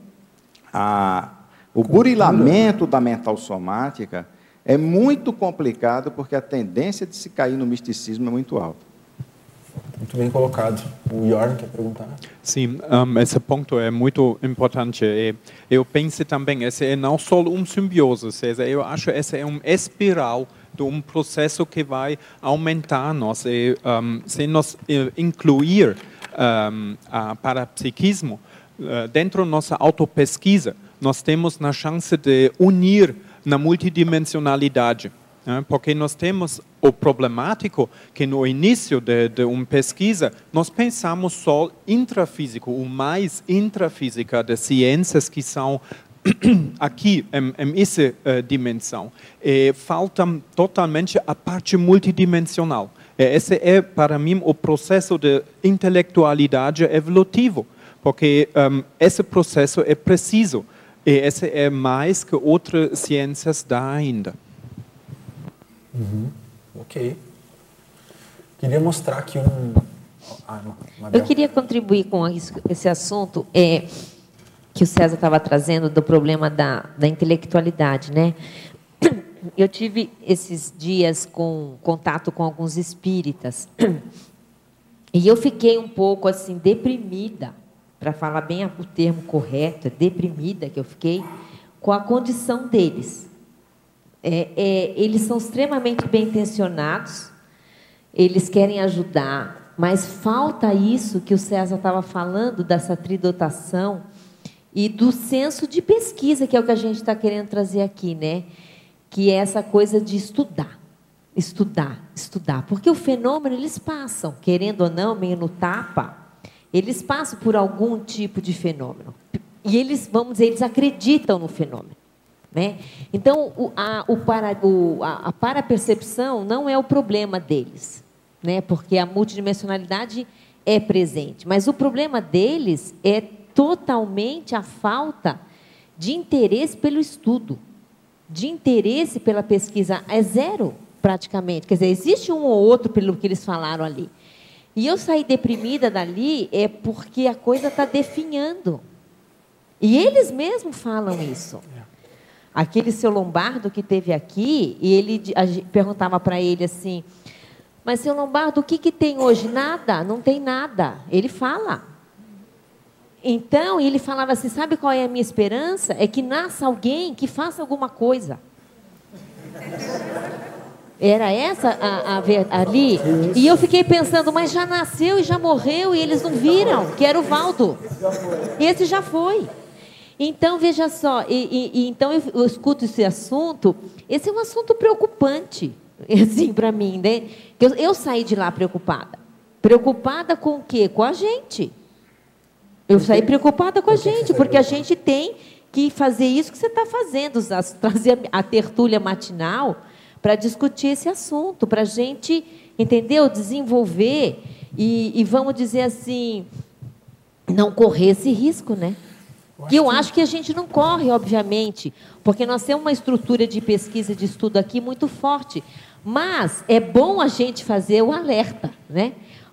o burilamento da mental somática, é muito complicado, porque a tendência de se cair no misticismo é muito alta. Muito bem colocado. O Jorn quer perguntar? Sim, esse ponto é muito importante. Eu penso também, esse é não só simbiose, César, eu acho que esse é espiral de processo que vai aumentar nós. Se nós incluir a parapsiquismo dentro da nossa autopesquisa, nós temos a chance de unir na multidimensionalidade. Porque nós temos o problemático que no início de uma pesquisa nós pensamos só intrafísico, o mais intrafísica das ciências que são aqui em essa dimensão. E falta totalmente a parte multidimensional. Esse é para mim o processo de intelectualidade evolutivo, porque esse processo é preciso e esse é mais que outras ciências dá ainda. Ok. Queria mostrar aqui Eu queria contribuir com esse assunto que o César estava trazendo do problema da intelectualidade, né? Eu tive esses dias contato com alguns espíritas e eu fiquei um pouco assim deprimida, para falar bem o termo correto, deprimida que eu fiquei com a condição deles. Eles são extremamente bem intencionados, eles querem ajudar, mas falta isso que o César estava falando, dessa tridotação e do senso de pesquisa, que é o que a gente está querendo trazer aqui, né? Que é essa coisa de estudar, porque o fenômeno eles passam, querendo ou não, meio no tapa, eles passam por algum tipo de fenômeno, e eles, vamos dizer, eles acreditam no fenômeno. Né? Então, a parapercepção não é o problema deles, né? Porque a multidimensionalidade é presente, mas o problema deles é totalmente a falta de interesse pelo estudo, de interesse pela pesquisa, é zero praticamente, quer dizer, existe um ou outro pelo que eles falaram ali, e eu saí deprimida dali porque a coisa está definhando, e eles mesmos falam isso. Aquele seu Lombardo que teve aqui, e a gente perguntava para ele assim, mas, seu Lombardo, o que tem hoje? Nada, não tem nada. Ele fala. Então, ele falava assim, sabe qual é a minha esperança? É que nasça alguém que faça alguma coisa. Era essa ali? E eu fiquei pensando, mas já nasceu e já morreu, e eles não viram, que era o Valdo. Esse já foi. Então, veja só, então eu escuto esse assunto, esse é um assunto preocupante, assim, para mim, né? Eu saí de lá preocupada. Preocupada com o quê? Com a gente. Eu saí preocupada com a gente, porque a gente tem que fazer isso que você está fazendo, trazer a tertúlia matinal para discutir esse assunto, para a gente, entendeu? Desenvolver e vamos dizer assim, não correr esse risco, né? E eu acho que a gente não corre, obviamente, porque nós temos uma estrutura de pesquisa, de estudo aqui muito forte. Mas é bom a gente fazer o alerta, né?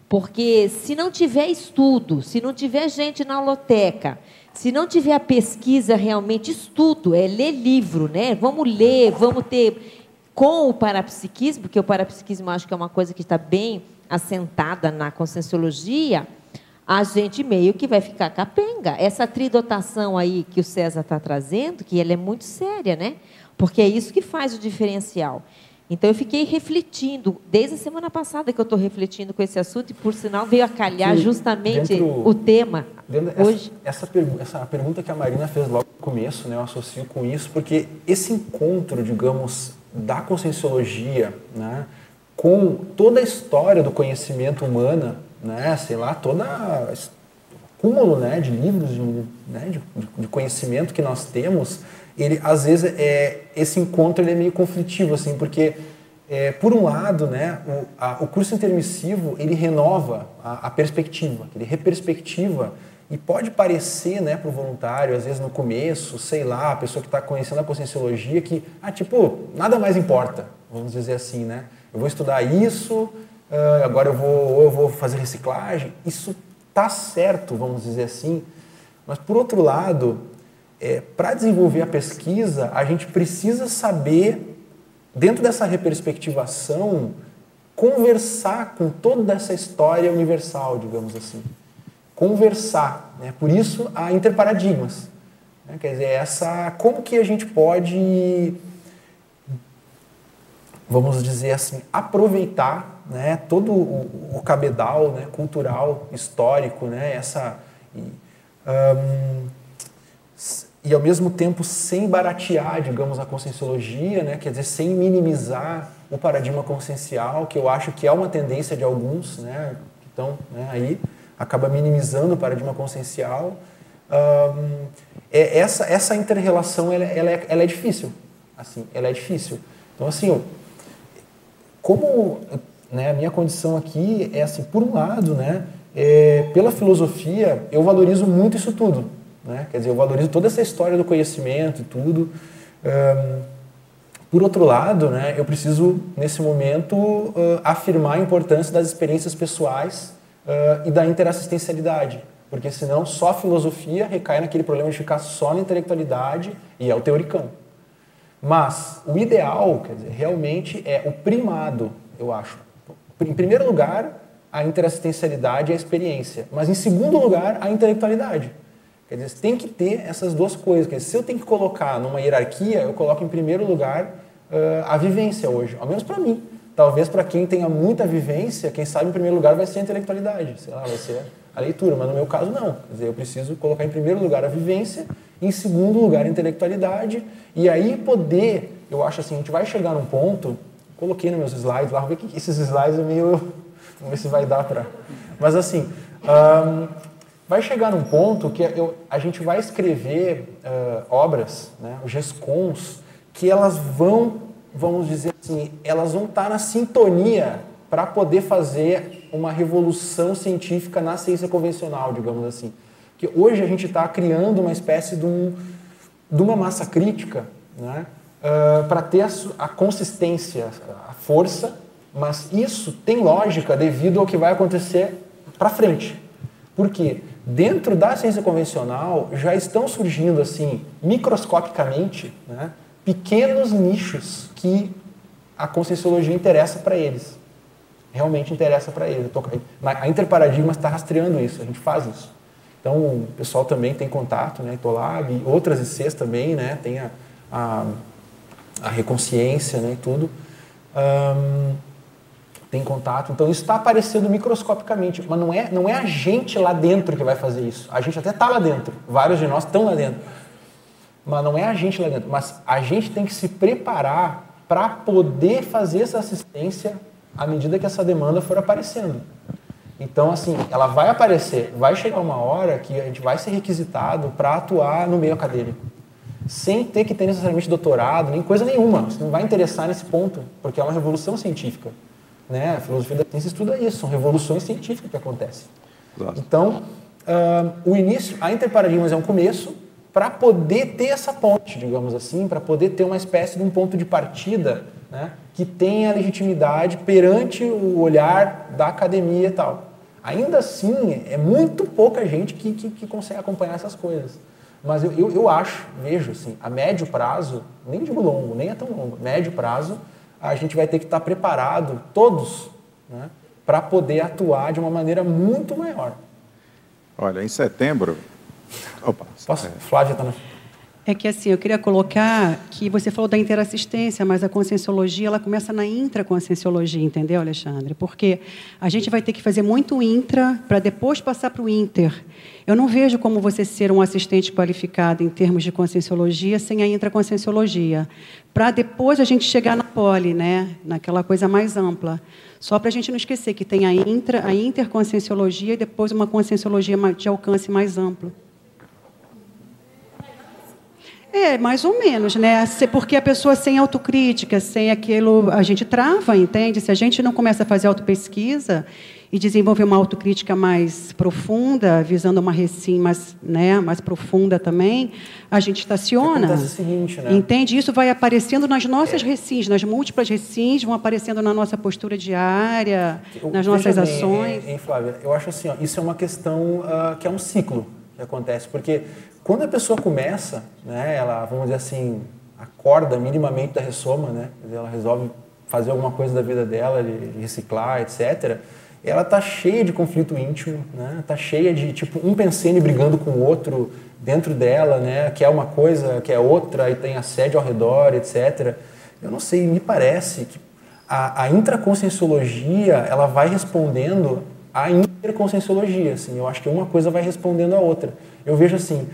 Porque se não tiver estudo, se não tiver gente na holoteca, se não tiver a pesquisa realmente, estudo, é ler livro, né? Vamos ler, vamos ter... Com o parapsiquismo, porque o parapsiquismo acho que é uma coisa que está bem assentada na conscienciologia, a gente meio que vai ficar capenga. Essa tridotação aí que o César está trazendo, que ela é muito séria, né? Porque é isso que faz o diferencial. Então, eu fiquei refletindo, desde a semana passada que eu estou refletindo com esse assunto, e, por sinal, veio a calhar justamente o tema hoje. Essa pergunta que a Marina fez logo no começo, né, eu associo com isso, porque esse encontro, digamos, da conscienciologia, né, com toda a história do conhecimento humano, né, sei lá, toda cúmulo, né, de livros, de conhecimento que nós temos, ele, às vezes, esse encontro ele é meio conflitivo, assim, porque, por um lado, né, o curso intermissivo, ele renova a perspectiva, ele reperspectiva, e pode parecer, né, para o voluntário, às vezes no começo, sei lá, a pessoa que está conhecendo a conscienciologia, que, tipo, nada mais importa, vamos dizer assim, né, eu vou estudar isso, agora eu vou fazer reciclagem, isso está certo, vamos dizer assim, mas, por outro lado, para desenvolver a pesquisa, a gente precisa saber, dentro dessa reperspectivação, conversar com toda essa história universal, digamos assim. Conversar, né? Por isso, há interparadigmas. Né? Quer dizer, como que a gente pode, vamos dizer assim, aproveitar, né, todo o cabedal, né, cultural, histórico, né, e ao mesmo tempo sem baratear, digamos, a conscienciologia, né? Quer dizer, sem minimizar o paradigma consciencial, que eu acho que é uma tendência de alguns, né, que estão, né, aí, acaba minimizando o paradigma consciencial. Essa inter-relação ela é difícil, assim, ela é difícil. Então, assim, como, né, a minha condição aqui é assim, por um lado, né, pela filosofia, eu valorizo muito isso tudo. Né? Quer dizer, eu valorizo toda essa história do conhecimento e tudo. Por outro lado, né, eu preciso, nesse momento, afirmar a importância das experiências pessoais e da interassistencialidade, porque senão só a filosofia recai naquele problema de ficar só na intelectualidade e é o teoricão. Mas o ideal, quer dizer, realmente é o primado, eu acho. Em primeiro lugar, a interassistencialidade e a experiência, mas em segundo lugar, a intelectualidade. Quer dizer, tem que ter essas duas coisas. Quer dizer, se eu tenho que colocar numa hierarquia, eu coloco em primeiro lugar a vivência hoje, ao menos para mim. Talvez para quem tenha muita vivência, quem sabe em primeiro lugar vai ser a intelectualidade, sei lá, vai ser a leitura, mas no meu caso não. Quer dizer, eu preciso colocar em primeiro lugar a vivência, em segundo lugar a intelectualidade, e aí poder, eu acho assim, a gente vai chegar num ponto, coloquei nos meus slides lá, vamos ver que esses slides é meio, vamos ver se vai dar para... Mas assim... vai chegar num ponto que a gente vai escrever obras, né, os GESCONs, que elas vão, vamos dizer assim, elas vão estar na sintonia para poder fazer uma revolução científica na ciência convencional, digamos assim. Que hoje a gente está criando uma espécie de uma massa crítica, né, para ter a consistência, a força, mas isso tem lógica devido ao que vai acontecer para frente. Por quê? Dentro da ciência convencional já estão surgindo, assim, microscopicamente, né, pequenos nichos que a conscienciologia interessa para eles. Realmente interessa para eles. A Interparadigma está rastreando isso, a gente faz isso. Então, o pessoal também tem contato, né, Itolab, e outras ICs também, né, tem a Reconsciência, né, e tudo. Tem contato, então isso está aparecendo microscopicamente, mas não é a gente lá dentro que vai fazer isso. A gente até está lá dentro, vários de nós estão lá dentro, mas não é a gente lá dentro, mas a gente tem que se preparar para poder fazer essa assistência à medida que essa demanda for aparecendo. Então, assim, ela vai aparecer, vai chegar uma hora que a gente vai ser requisitado para atuar no meio acadêmico, sem ter que ter necessariamente doutorado, nem coisa nenhuma. Você não vai interessar nesse ponto, porque é uma revolução científica. Né? A filosofia da ciência estuda isso, são revoluções científicas que acontecem. Claro. Então, o início, a Interparadigmas é um começo para poder ter essa ponte, digamos assim, para poder ter uma espécie de um ponto de partida, né, que tenha legitimidade perante o olhar da academia e tal. Ainda assim, é muito pouca gente que consegue acompanhar essas coisas. Mas eu vejo assim, a médio prazo, nem digo longo, nem é tão longo, médio prazo, a gente vai ter que estar preparado, todos, né, para poder atuar de uma maneira muito maior. Olha, em setembro... Opa, posso? Flávia está na... É que assim, eu queria colocar que você falou da interassistência, mas a conscienciologia ela começa na intraconscienciologia, entendeu, Alexandre? Porque a gente vai ter que fazer muito intra para depois passar para o inter. Eu não vejo como você ser um assistente qualificado em termos de conscienciologia sem a intraconscienciologia, para depois a gente chegar na poli, né? Naquela coisa mais ampla. Só para a gente não esquecer que tem a interconscienciologia e depois uma conscienciologia de alcance mais amplo. É, mais ou menos, né? Porque a pessoa sem autocrítica, sem aquilo, a gente trava, entende? Se a gente não começa a fazer autopesquisa e desenvolver uma autocrítica mais profunda, visando uma recim mais, né, mais profunda também, a gente estaciona. Acontece o seguinte, né? Entende? Isso vai aparecendo nas nossas recins, nas múltiplas recins, vão aparecendo na nossa postura diária, nas nossas ações. Flávia, eu acho assim, ó, isso é uma questão que é um ciclo que acontece, porque quando a pessoa começa, né, ela, vamos dizer assim, acorda minimamente da ressoma, né, ela resolve fazer alguma coisa da vida dela, de reciclar, etc., ela está cheia de conflito íntimo, né, está cheia de, tipo, um pensene brigando com o outro dentro dela, né, que é uma coisa, que é outra, e tem assédio ao redor, etc. Eu não sei, me parece que a intraconscienciologia, ela vai respondendo à interconscienciologia, assim, eu acho que uma coisa vai respondendo à outra. Eu vejo assim,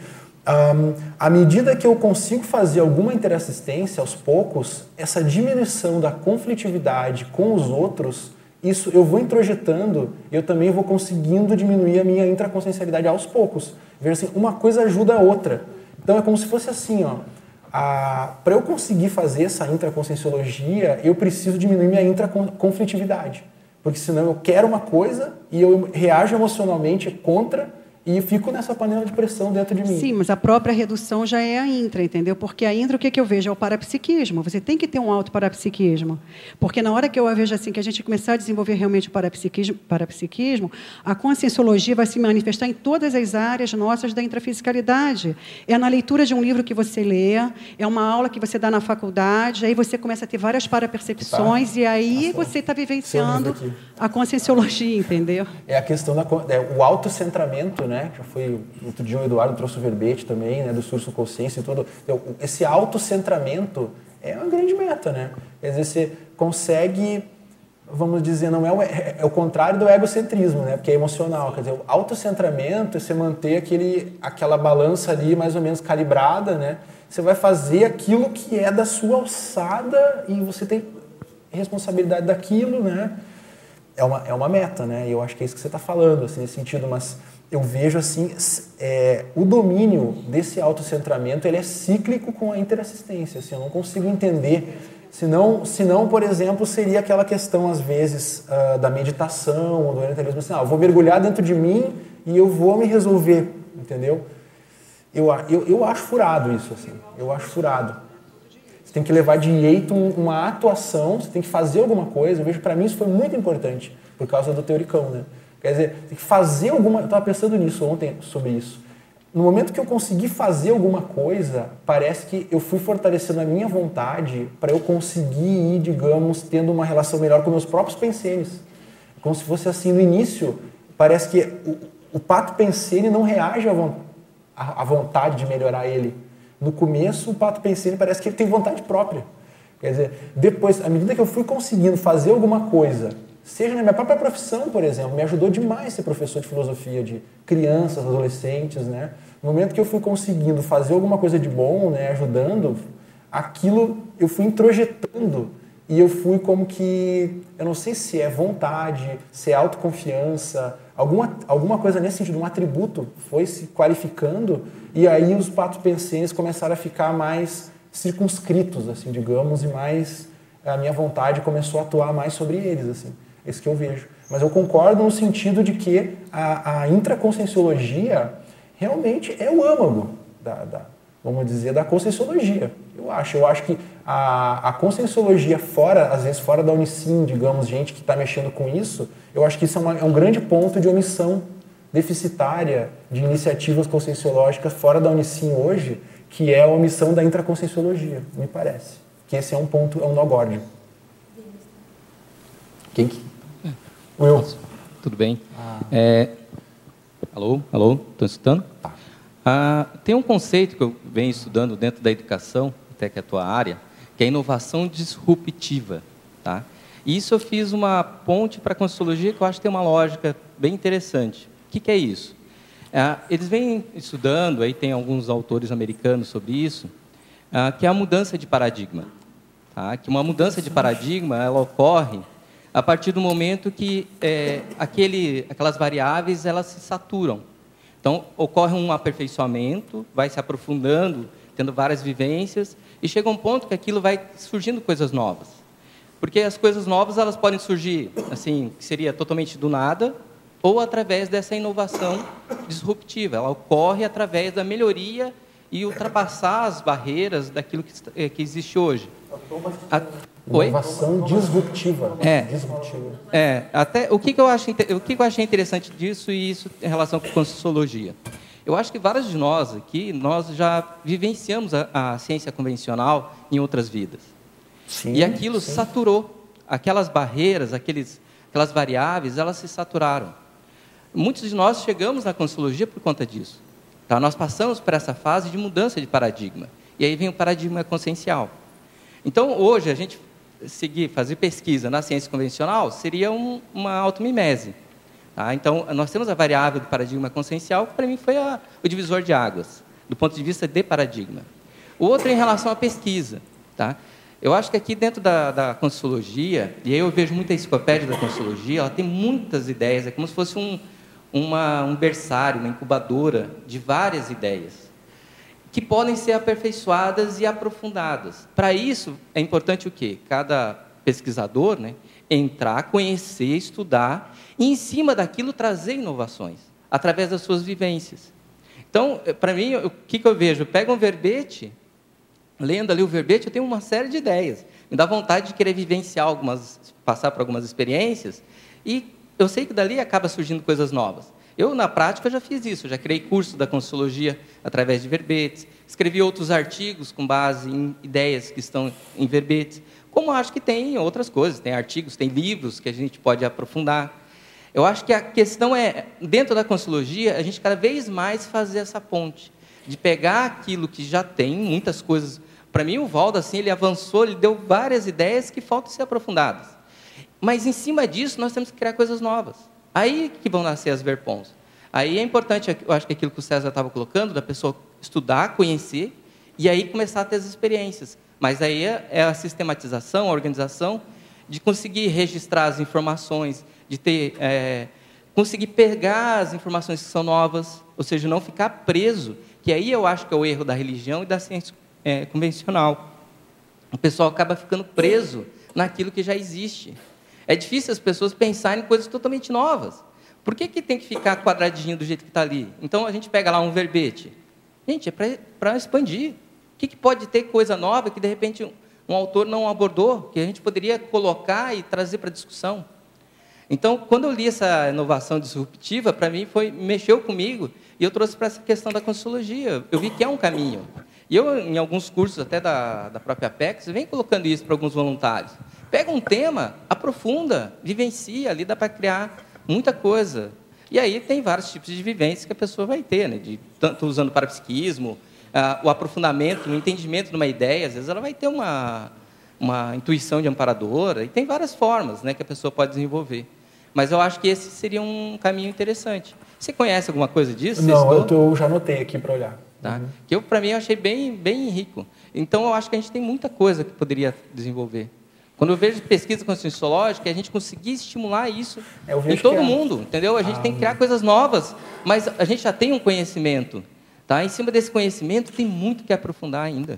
à medida que eu consigo fazer alguma interassistência, aos poucos, essa diminuição da conflitividade com os outros, isso eu vou introjetando e eu também vou conseguindo diminuir a minha intraconsciencialidade aos poucos. Vejo assim, uma coisa ajuda a outra. Então é como se fosse assim, ó, para eu conseguir fazer essa intraconscienciologia, eu preciso diminuir minha intraconflitividade. Porque senão eu quero uma coisa e eu reajo emocionalmente contra e fico nessa panela de pressão dentro de mim. Sim, mas a própria redução já é a intra, entendeu? Porque a intra, o que eu vejo? É o parapsiquismo. Você tem que ter um auto-parapsiquismo. Porque na hora que eu vejo assim, que a gente começar a desenvolver realmente o parapsiquismo, a conscienciologia vai se manifestar em todas as áreas nossas da intrafisicalidade. É na leitura de um livro que você lê, é uma aula que você dá na faculdade, aí você começa a ter várias parapercepções e aí você está vivenciando a conscienciologia, entendeu? É a questão o autocentramento, né? Já foi, outro dia o Eduardo trouxe o verbete também, né? Do surso consciência e tudo. Então, esse autocentramento é uma grande meta, né? Quer dizer, você consegue, vamos dizer, não é o contrário do egocentrismo, né? Porque é emocional. Quer dizer, o autocentramento é você manter aquela balança ali mais ou menos calibrada, né? Você vai fazer aquilo que é da sua alçada e você tem responsabilidade daquilo, né? É uma meta, né? E eu acho que é isso que você está falando, assim, nesse sentido, mas eu vejo assim, o domínio desse autocentramento, ele é cíclico com a interassistência, assim, eu não consigo entender, senão, por exemplo, seria aquela questão, às vezes, da meditação, ou do orientalismo, assim, eu vou mergulhar dentro de mim e eu vou me resolver, entendeu? Eu acho furado isso, assim, eu acho furado. Você tem que levar de jeito uma atuação, você tem que fazer alguma coisa, eu vejo, para mim isso foi muito importante, por causa do teoricão, né? Quer dizer, tem que fazer alguma... Eu estava pensando nisso ontem, sobre isso. No momento que eu consegui fazer alguma coisa, parece que eu fui fortalecendo a minha vontade para eu conseguir ir, digamos, tendo uma relação melhor com meus próprios pensenes. Como se fosse assim, no início, parece que o pato pensene não reage à vontade de melhorar ele. No começo, o pato pensene parece que ele tem vontade própria. Quer dizer, depois, à medida que eu fui conseguindo fazer alguma coisa... Seja na minha própria profissão, por exemplo, me ajudou demais ser professor de filosofia de crianças, adolescentes, né? No momento que eu fui conseguindo fazer alguma coisa de bom, né, ajudando, aquilo eu fui introjetando e eu fui como que, eu não sei se é vontade, se é autoconfiança, alguma coisa nesse sentido, um atributo foi se qualificando e aí os patos pensenes começaram a ficar mais circunscritos, assim, digamos, e mais a minha vontade começou a atuar mais sobre eles, assim. É isso que eu vejo. Mas eu concordo no sentido de que a intraconscienciologia realmente é o âmago vamos dizer, da conscienciologia. Eu acho que a conscienciologia fora, às vezes fora da Unicim, digamos, gente que está mexendo com isso, eu acho que isso é um grande ponto de omissão deficitária de iniciativas conscienciológicas fora da Unicim hoje, que é a omissão da intraconscienciologia, me parece. Que esse é um ponto, é um nó górdio. Quem que... Will. Tudo bem? Alô? Estão escutando? Tem um conceito que eu venho estudando dentro da educação, até que é a tua área, que é a inovação disruptiva. Tá? E isso eu fiz uma ponte para a Conscienciologia que eu acho que tem uma lógica bem interessante. O que é isso? Eles vêm estudando, aí tem alguns autores americanos sobre isso, que é a mudança de paradigma. Tá? Que uma mudança de paradigma ela ocorre a partir do momento que aquelas variáveis elas se saturam. Então, ocorre um aperfeiçoamento, vai se aprofundando, tendo várias vivências, e chega um ponto que aquilo vai surgindo coisas novas. Porque as coisas novas elas podem surgir, assim, que seria totalmente do nada, ou através dessa inovação disruptiva. Ela ocorre através da melhoria e ultrapassar as barreiras daquilo que existe hoje. Inovação disruptiva. Disruptiva. Até o que eu achei interessante disso e isso em relação com a Conscienciologia. Eu acho que vários de nós aqui, nós já vivenciamos a ciência convencional em outras vidas. Sim, e aquilo saturou. Aquelas barreiras, aquelas variáveis, elas se saturaram. Muitos de nós chegamos na Conscienciologia por conta disso. Tá? Nós passamos por essa fase de mudança de paradigma. E aí vem o paradigma consciencial. Então, hoje, a gente fazer pesquisa na ciência convencional seria uma automimese. Tá? Então, nós temos a variável do paradigma consciencial, que para mim foi o divisor de águas, do ponto de vista de paradigma. O outro é em relação à pesquisa. Tá? Eu acho que aqui dentro da Conscienciologia, e aí eu vejo muita enciclopédia da Conscienciologia, ela tem muitas ideias, é como se fosse um berçário, uma incubadora de várias ideias, que podem ser aperfeiçoadas e aprofundadas. Para isso, é importante o quê? Cada pesquisador, né, entrar, conhecer, estudar, e em cima daquilo trazer inovações, através das suas vivências. Então, para mim, o que eu vejo? Eu pego um verbete, lendo ali o verbete, eu tenho uma série de ideias. Me dá vontade de querer vivenciar passar por algumas experiências, e eu sei que dali acaba surgindo coisas novas. Eu, na prática, já fiz isso. Já criei curso da Conscienciologia através de verbetes. Escrevi outros artigos com base em ideias que estão em verbetes. Como acho que tem outras coisas. Tem artigos, tem livros que a gente pode aprofundar. Eu acho que a questão é, dentro da Conscienciologia, a gente cada vez mais fazer essa ponte. De pegar aquilo que já tem, muitas coisas. Para mim, o Valdo, assim, ele avançou, ele deu várias ideias que faltam ser aprofundadas. Mas, em cima disso, nós temos que criar coisas novas. Aí que vão nascer as verpons. Aí é importante, eu acho que aquilo que o César estava colocando, da pessoa estudar, conhecer, e aí começar a ter as experiências. Mas aí é a sistematização, a organização, de conseguir registrar as informações, de conseguir pegar as informações que são novas, ou seja, não ficar preso, que aí eu acho que é o erro da religião e da ciência convencional. O pessoal acaba ficando preso naquilo que já existe. É difícil as pessoas pensarem em coisas totalmente novas. Por que tem que ficar quadradinho do jeito que está ali? Então, a gente pega lá um verbete. Gente, é para expandir. O que pode ter coisa nova que, de repente, um autor não abordou, que a gente poderia colocar e trazer para discussão? Então, quando eu li essa inovação disruptiva, para mim, mexeu comigo, e eu trouxe para essa questão da Conscienciologia. Eu vi que é um caminho. E eu, em alguns cursos, até da própria Apex, venho colocando isso para alguns voluntários. Pega um tema, aprofunda, vivencia, ali dá para criar muita coisa. E aí tem vários tipos de vivências que a pessoa vai ter, né? Tanto usando o parapsiquismo, o aprofundamento, o entendimento de uma ideia, às vezes ela vai ter uma intuição de amparadora, e tem várias formas, né, que a pessoa pode desenvolver. Mas eu acho que esse seria um caminho interessante. Você conhece alguma coisa disso? Não, eu já anotei aqui para olhar. Tá? Que para mim, eu achei bem, bem rico. Então, eu acho que a gente tem muita coisa que poderia desenvolver. Quando eu vejo pesquisa conscienciológica, a gente conseguir estimular isso em todo mundo, entendeu? A gente tem que criar coisas novas, mas a gente já tem um conhecimento. Tá? Em cima desse conhecimento, tem muito que aprofundar ainda.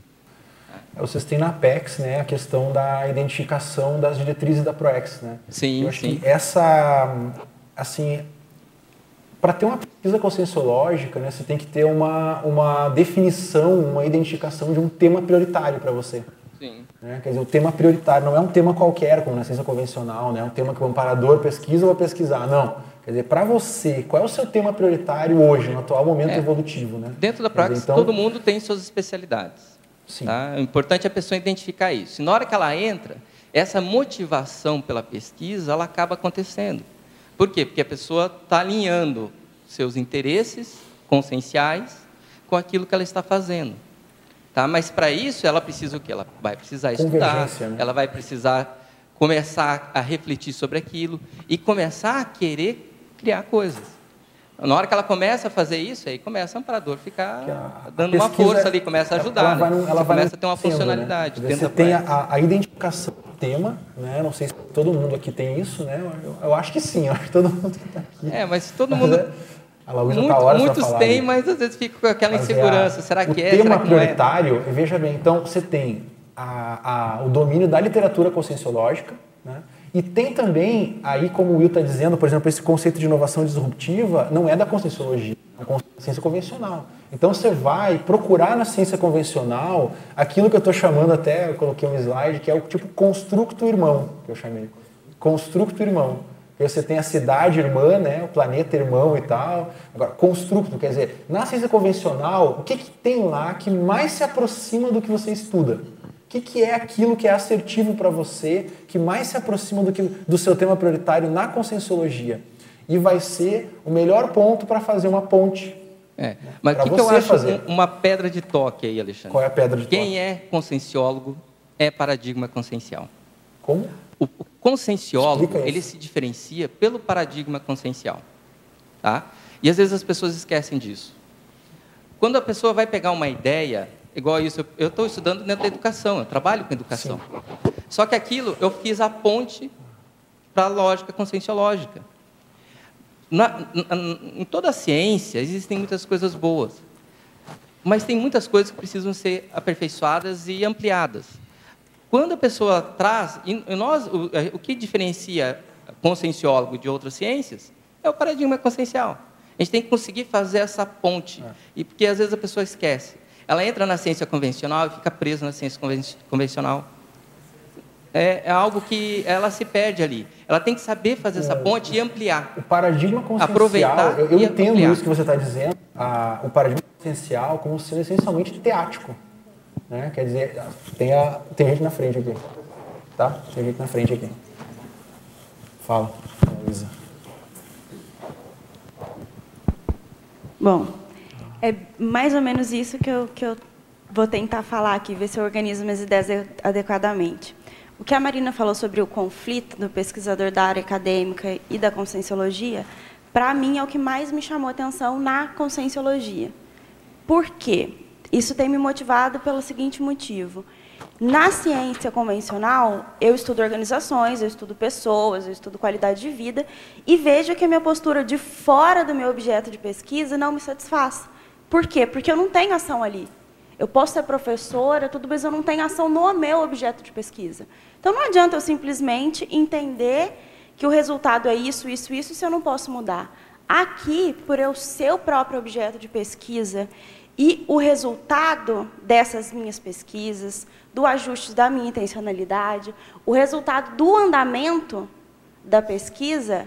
Vocês têm na Apex, né, a questão da identificação das diretrizes da ProEx, né? Sim, eu acho que essa, assim, para ter uma pesquisa conscienciológica, né, você tem que ter uma definição, uma identificação de um tema prioritário para você. Sim. Né? Quer dizer, o tema prioritário não é um tema qualquer, como na ciência convencional, né? É um tema que o amparador pesquisa ou vai pesquisar. Não. Quer dizer, para você, qual é o seu tema prioritário hoje, no atual momento evolutivo? Né? Dentro da praxis, então, todo mundo tem suas especialidades. Sim. Tá? O importante é a pessoa identificar isso. E na hora que ela entra, essa motivação pela pesquisa, ela acaba acontecendo. Por quê? Porque a pessoa está alinhando seus interesses conscienciais com aquilo que ela está fazendo. Tá? Mas, para isso, ela precisa o quê? Ela vai precisar estudar, né? Ela vai precisar começar a refletir sobre aquilo e começar a querer criar coisas. Na hora que ela começa a fazer isso, aí começa o amparador ficar dando uma força ali, começa a ajudar. Ela começa a ter uma funcionalidade. Né? Você tem a identificação do tema, né? Não sei se todo mundo aqui tem isso, né? Eu acho que sim, eu acho que todo mundo que está aqui. Mas todo mundo... Muitos têm, mas às vezes fica com aquela insegurança. Será que é? O tema prioritário, veja bem, então você tem o domínio da literatura conscienciológica, né? E tem também, aí como o Will está dizendo, por exemplo, esse conceito de inovação disruptiva não é da conscienciologia, é da ciência convencional. Então você vai procurar na ciência convencional aquilo que eu estou chamando até, eu coloquei um slide, que é o tipo constructo irmão, que eu chamei. Constructo irmão. Você tem a cidade irmã, né, o planeta irmão e tal. Agora, constructo, quer dizer, na ciência convencional, o que tem lá que mais se aproxima do que você estuda? O que é aquilo que é assertivo para você, que mais se aproxima do seu tema prioritário na conscienciologia? E vai ser o melhor ponto para fazer uma ponte. Mas o que eu acho uma pedra de toque aí, Alexandre? Qual é a pedra de toque? Quem é conscienciólogo é paradigma consciencial. Como? O conscienciólogo, ele se diferencia pelo paradigma consciencial. Tá? E às vezes as pessoas esquecem disso. Quando a pessoa vai pegar uma ideia, igual isso, eu estou estudando dentro da educação, eu trabalho com educação. Sim. Só que aquilo, eu fiz a ponte para a lógica conscienciológica. Em toda a ciência, existem muitas coisas boas. Mas tem muitas coisas que precisam ser aperfeiçoadas e ampliadas. Quando a pessoa traz... o que diferencia conscienciólogo de outras ciências é o paradigma consciencial. A gente tem que conseguir fazer essa ponte. E porque às vezes a pessoa esquece. Ela entra na ciência convencional e fica presa na ciência convencional. É algo que ela se perde ali. Ela tem que saber fazer essa ponte e ampliar. O paradigma consciencial, aproveitar eu entendo ampliar. Isso que você está dizendo, o paradigma consciencial como sendo essencialmente teático. Né? Quer dizer, tem gente na frente aqui. Tá? Tem gente na frente aqui. Fala, Luísa. Bom, é mais ou menos isso que eu vou tentar falar aqui, ver se eu organizo minhas ideias adequadamente. O que a Marina falou sobre o conflito do pesquisador da área acadêmica e da conscienciologia, para mim é o que mais me chamou a atenção na conscienciologia. Por quê? Isso tem me motivado pelo seguinte motivo. Na ciência convencional, eu estudo organizações, eu estudo pessoas, eu estudo qualidade de vida e vejo que a minha postura de fora do meu objeto de pesquisa não me satisfaz. Por quê? Porque eu não tenho ação ali. Eu posso ser professora, tudo, mas eu não tenho ação no meu objeto de pesquisa. Então, não adianta eu simplesmente entender que o resultado é isso, isso, isso, se eu não posso mudar. Aqui, por eu ser o próprio objeto de pesquisa e o resultado dessas minhas pesquisas, do ajuste da minha intencionalidade, o resultado do andamento da pesquisa,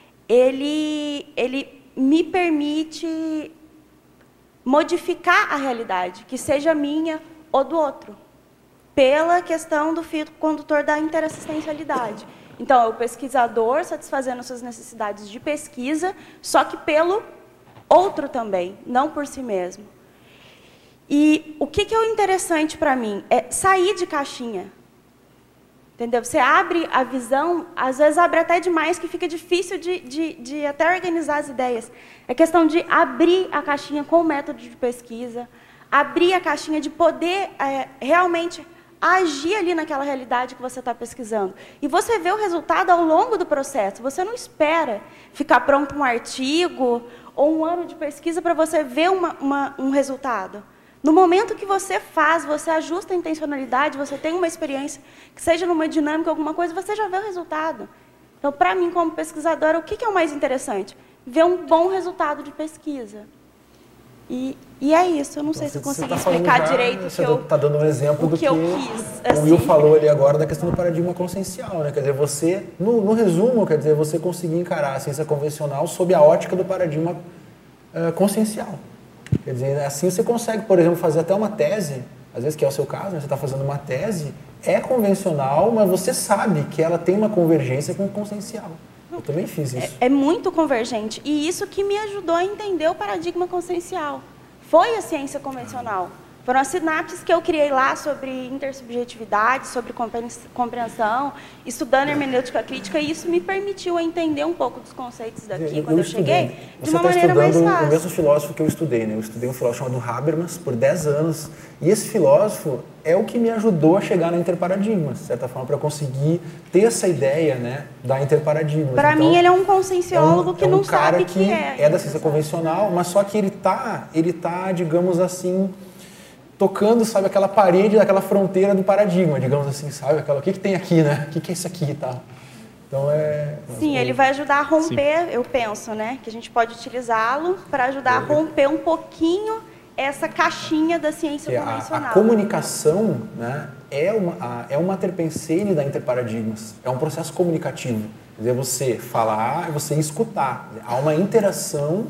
ele me permite modificar a realidade, que seja minha ou do outro, pela questão do fio condutor da interassistencialidade. Então, é o pesquisador satisfazendo suas necessidades de pesquisa, só que pelo outro também, não por si mesmo. E o que é o interessante para mim? É sair de caixinha. Entendeu? Você abre a visão, às vezes abre até demais, que fica difícil de até organizar as ideias. É questão de abrir a caixinha com o método de pesquisa, abrir a caixinha de poder realmente agir ali naquela realidade que você está pesquisando. E você vê o resultado ao longo do processo. Você não espera ficar pronto um artigo ou um ano de pesquisa para você ver um resultado. No momento que você faz, você ajusta a intencionalidade, você tem uma experiência, que seja numa dinâmica, alguma coisa, você já vê o resultado. Então, para mim, como pesquisadora, o que é o mais interessante? ver um bom resultado de pesquisa. E é isso, eu não sei se eu consegui explicar direito Você está dando um exemplo do que eu quis. O Will falou ali agora da questão do paradigma consciencial, né? Quer dizer, você, no resumo, quer dizer, você conseguir encarar a ciência convencional sob a ótica do paradigma consciencial. Quer dizer, assim você consegue, por exemplo, fazer até uma tese, às vezes que é o seu caso, né? Você está fazendo uma tese, é convencional, mas você sabe que ela tem uma convergência com o consciencial. Eu também fiz isso. É muito convergente. E isso que me ajudou a entender o paradigma consciencial. Foi a ciência convencional. Foram as sinapses que eu criei lá sobre intersubjetividade, sobre compreensão, estudando hermenêutica crítica, e isso me permitiu entender um pouco dos conceitos daqui, quando eu cheguei, de uma maneira mais fácil. Você está estudando o mesmo filósofo que eu estudei, né? Eu estudei um filósofo chamado Habermas por 10 anos, e esse filósofo é o que me ajudou a chegar na interparadigmas, de certa forma, para conseguir ter essa ideia, né, da interparadigmas. Para mim, ele é um conscienciólogo que não sabe o que é. É da ciência convencional, mas só que ele tá, digamos assim, tocando, sabe, aquela parede, aquela fronteira do paradigma, digamos assim, sabe? Aquela, o que tem aqui, né? O que é isso aqui e tal? Então Sim, ele vai ajudar a romper, eu penso, né? Que a gente pode utilizá-lo para ajudar a romper um pouquinho essa caixinha da ciência convencional. A comunicação, né, é uma terpensene da interparadigmas. É um processo comunicativo. Quer dizer, você falar e você escutar. Há uma interação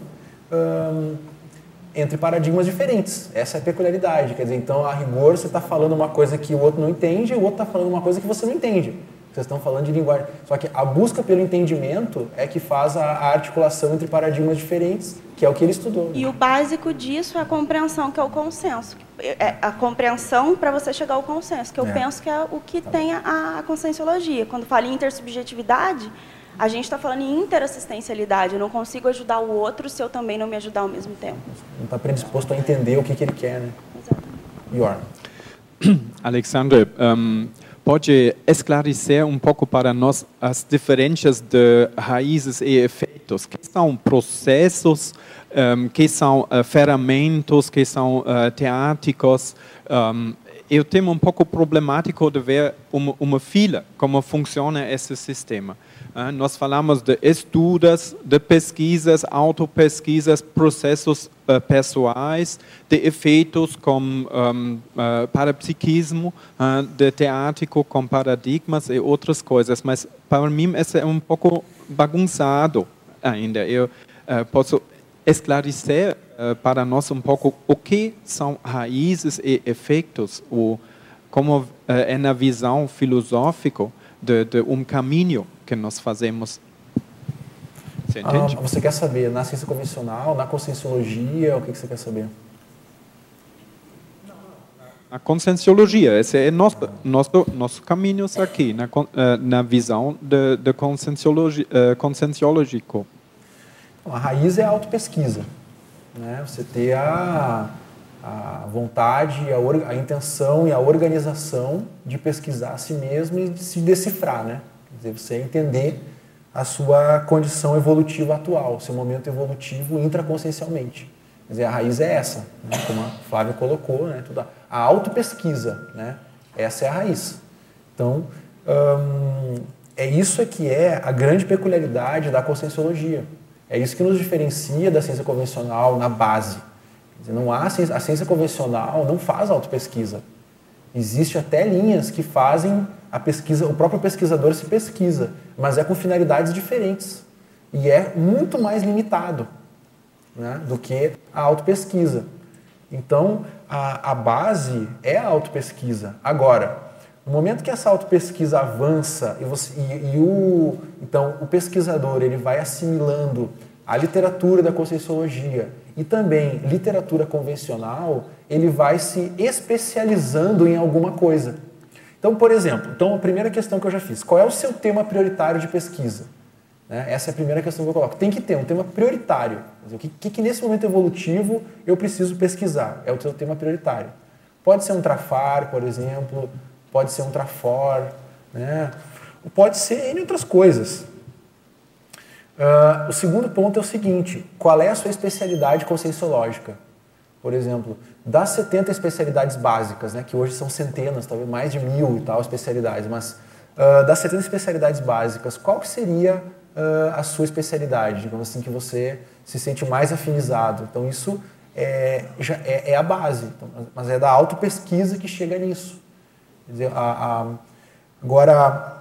entre paradigmas diferentes. Essa é a peculiaridade. Quer dizer, então, a rigor, você está falando uma coisa que o outro não entende e o outro está falando uma coisa que você não entende. Vocês estão falando de linguagem. Só que a busca pelo entendimento é que faz a articulação entre paradigmas diferentes, que é o que ele estudou. Né? E o básico disso é a compreensão, que é o consenso. É a compreensão para você chegar ao consenso, que eu penso que é o que tem a conscienciologia. Quando fala em intersubjetividade, a gente está falando em interassistencialidade. Eu não consigo ajudar o outro se eu também não me ajudar ao mesmo tempo. Não está predisposto a entender o que ele quer, né? Exatamente. Alexandre, pode esclarecer um pouco para nós as diferenças de raízes e efeitos? Que são processos, que são ferramentas, que são teáticos? Eu tenho um pouco problemático de ver uma fila, como funciona esse sistema. Nós falamos de estudos, de pesquisas, autopesquisas, processos pessoais, de efeitos como parapsiquismo, de teático com paradigmas e outras coisas. Mas para mim isso é um pouco bagunçado ainda. Eu posso esclarecer para nós um pouco o que são raízes e efeitos, ou como é na visão filosófica de um caminho que nós fazemos. Você entende? Você quer saber na ciência convencional, na conscienciologia, o que você quer saber? A conscienciologia, esse é nosso caminho aqui, na visão de conscienciológico. A raiz é a autopesquisa, né? Você ter a vontade, a intenção e a organização de pesquisar a si mesmo e de se decifrar, né? Quer dizer, você entender a sua condição evolutiva atual, seu momento evolutivo intraconsciencialmente. Quer dizer, a raiz é essa, né? Como a Flávia colocou, né? A autopesquisa, né? Essa é a raiz. Então, é isso que é a grande peculiaridade da conscienciologia. É isso que nos diferencia da ciência convencional na base. Quer dizer, a ciência convencional não faz autopesquisa. Existem até linhas que fazem a pesquisa, o próprio pesquisador se pesquisa, mas é com finalidades diferentes. E é muito mais limitado, né, do que a autopesquisa. Então, a base é a autopesquisa. Agora, no momento que essa autopesquisa avança então o pesquisador ele vai assimilando a literatura da conscienciologia e também literatura convencional, ele vai se especializando em alguma coisa. Então, por exemplo, a primeira questão que eu já fiz, qual é o seu tema prioritário de pesquisa? Né? Essa é a primeira questão que eu coloco. Tem que ter um tema prioritário. O que nesse momento evolutivo eu preciso pesquisar? É o seu tema prioritário. Pode ser um trafar, por exemplo, pode ser um trafor, né? Pode ser N outras coisas. O segundo ponto é o seguinte, qual é a sua especialidade conscienciológica? Por exemplo, das 70 especialidades básicas, né, que hoje são centenas, talvez mais de 1000 e tal especialidades, mas das 70 especialidades básicas, qual que seria a sua especialidade, digamos assim, que você se sente mais afinizado. Então, isso já é a base, então, mas é da autopesquisa que chega nisso. Quer dizer, agora,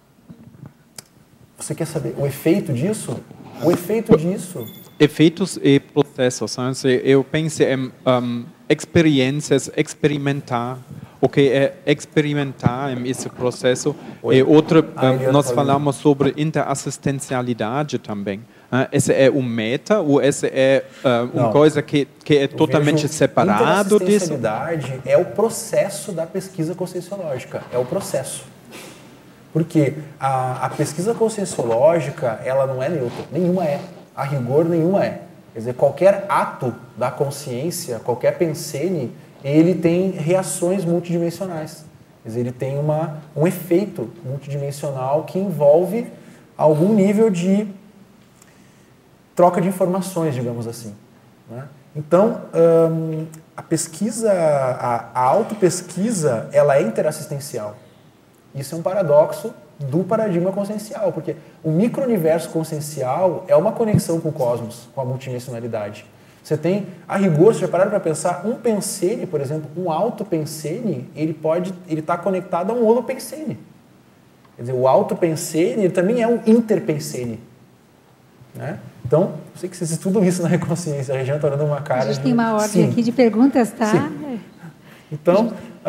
você quer saber o efeito disso? O efeito disso... Efeitos e processos. Eu penso em experiências, experimentar. O que é experimentar nesse processo? E outra, nós falamos sobre interassistencialidade também. Essa é uma meta ou essa é uma coisa que é totalmente separado disso? Interassistencialidade é o processo da pesquisa conscienciológica, é o processo. Porque a pesquisa conscienciológica, ela não é neutra, nenhuma é. A rigor, nenhuma é. Quer dizer, qualquer ato da consciência, qualquer pensene, ele tem reações multidimensionais. Quer dizer, ele tem um efeito multidimensional que envolve algum nível de troca de informações, digamos assim, né? Então, a pesquisa, a autopesquisa, ela é interassistencial. Isso é um paradoxo do paradigma consciencial, porque o micro-universo consciencial é uma conexão com o cosmos, com a multidimensionalidade. Você tem, a rigor, se já pararam para pensar, um pensene, por exemplo, um autopensene, ele está conectado a um holopensene. Quer dizer, o autopensene, ele também é um interpensene, né? Então, eu sei que vocês estudam isso na Reconsciência, a Regina está dando uma cara... A gente tem uma ordem aqui de perguntas, tá? Sim. Então,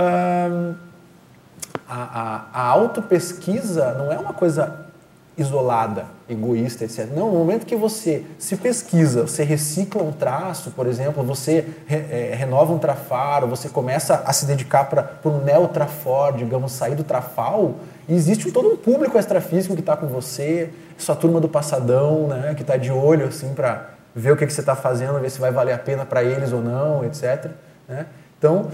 a autopesquisa não é uma coisa isolada, egoísta, etc. Não, no momento que você se pesquisa, você recicla um traço, por exemplo, você renova um trafar, você começa a se dedicar para um neotrafor, digamos, sair do trafal, e existe todo um público extrafísico que está com você, sua turma do passadão, né, que está de olho assim, para ver o que você está fazendo, ver se vai valer a pena para eles ou não, etc. Né? Então,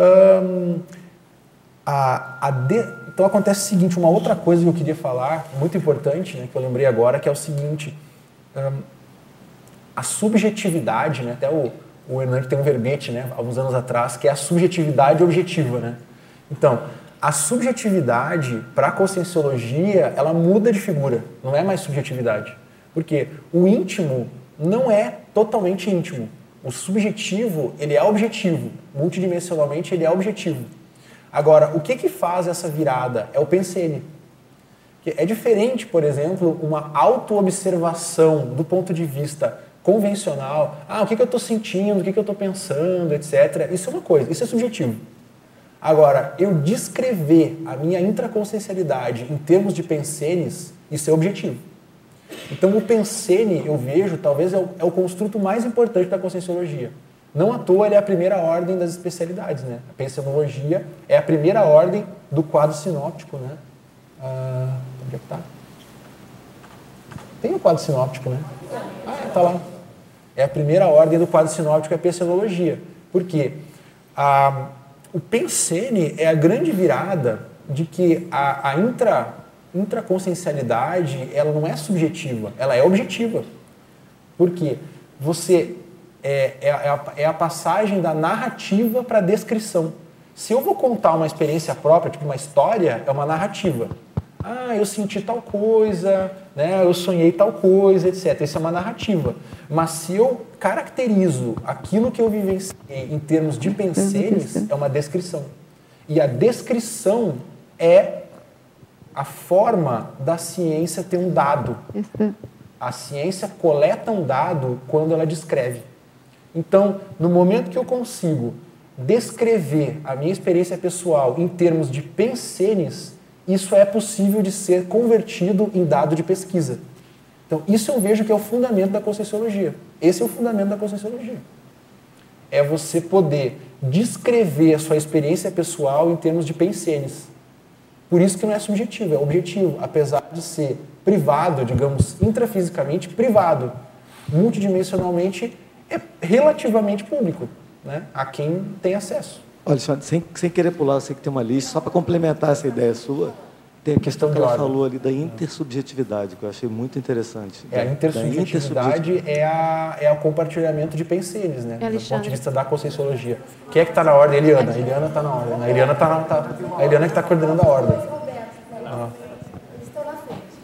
então acontece o seguinte, uma outra coisa que eu queria falar, muito importante, né, que eu lembrei agora, que é o seguinte, a subjetividade, né, até o Hernani tem um verbete, né, alguns anos atrás, que é a subjetividade objetiva. Né? Então, a subjetividade para a conscienciologia, ela muda de figura, não é mais subjetividade. Porque o íntimo não é totalmente íntimo. O subjetivo, ele é objetivo. Multidimensionalmente, ele é objetivo. Agora, o que faz essa virada? É o pensene. É diferente, por exemplo, uma auto-observação do ponto de vista convencional. O que eu estou sentindo, o que eu estou pensando, etc. Isso é uma coisa, isso é subjetivo. Agora, eu descrever a minha intraconsciencialidade em termos de pensenes, isso é objetivo. Então, o pensene, eu vejo, talvez é o construto mais importante da conscienciologia. Não à toa ele é a primeira ordem das especialidades, né? A pensenologia é a primeira ordem do quadro sinóptico, né? Onde é que tá? Tem o quadro sinóptico, né? Tá lá. É a primeira ordem do quadro sinóptico, é a pensenologia. Por quê? O pensene é a grande virada de que a intraconsciencialidade, ela não é subjetiva, ela é objetiva. Por quê? Você... É a passagem da narrativa para a descrição. Se eu vou contar uma experiência própria, tipo uma história, é uma narrativa. Eu senti tal coisa, né? Eu sonhei tal coisa, etc. Isso é uma narrativa. Mas se eu caracterizo aquilo que eu vivenciei em termos de pensenes, é uma descrição. E a descrição é a forma da ciência ter um dado. A ciência coleta um dado quando ela descreve. Então, no momento que eu consigo descrever a minha experiência pessoal em termos de pensenes, isso é possível de ser convertido em dado de pesquisa. Então, isso eu vejo que é o fundamento da conscienciologia. Esse é o fundamento da conscienciologia. É você poder descrever a sua experiência pessoal em termos de pensenes. Por isso que não é subjetivo, é objetivo, apesar de ser privado, digamos, intrafisicamente privado, multidimensionalmente é relativamente público, né, a quem tem acesso. Olha, Alexandre, sem querer pular, eu sei que tem uma lista, só para complementar essa ideia sua, tem a questão que ela falou ali da intersubjetividade, que eu achei muito interessante. A intersubjetividade é o compartilhamento de pensenes, né, do ponto de vista da conscienciologia. Quem é que está na ordem? Eliana. A Eliana está na ordem. A Eliana que está coordenando a ordem.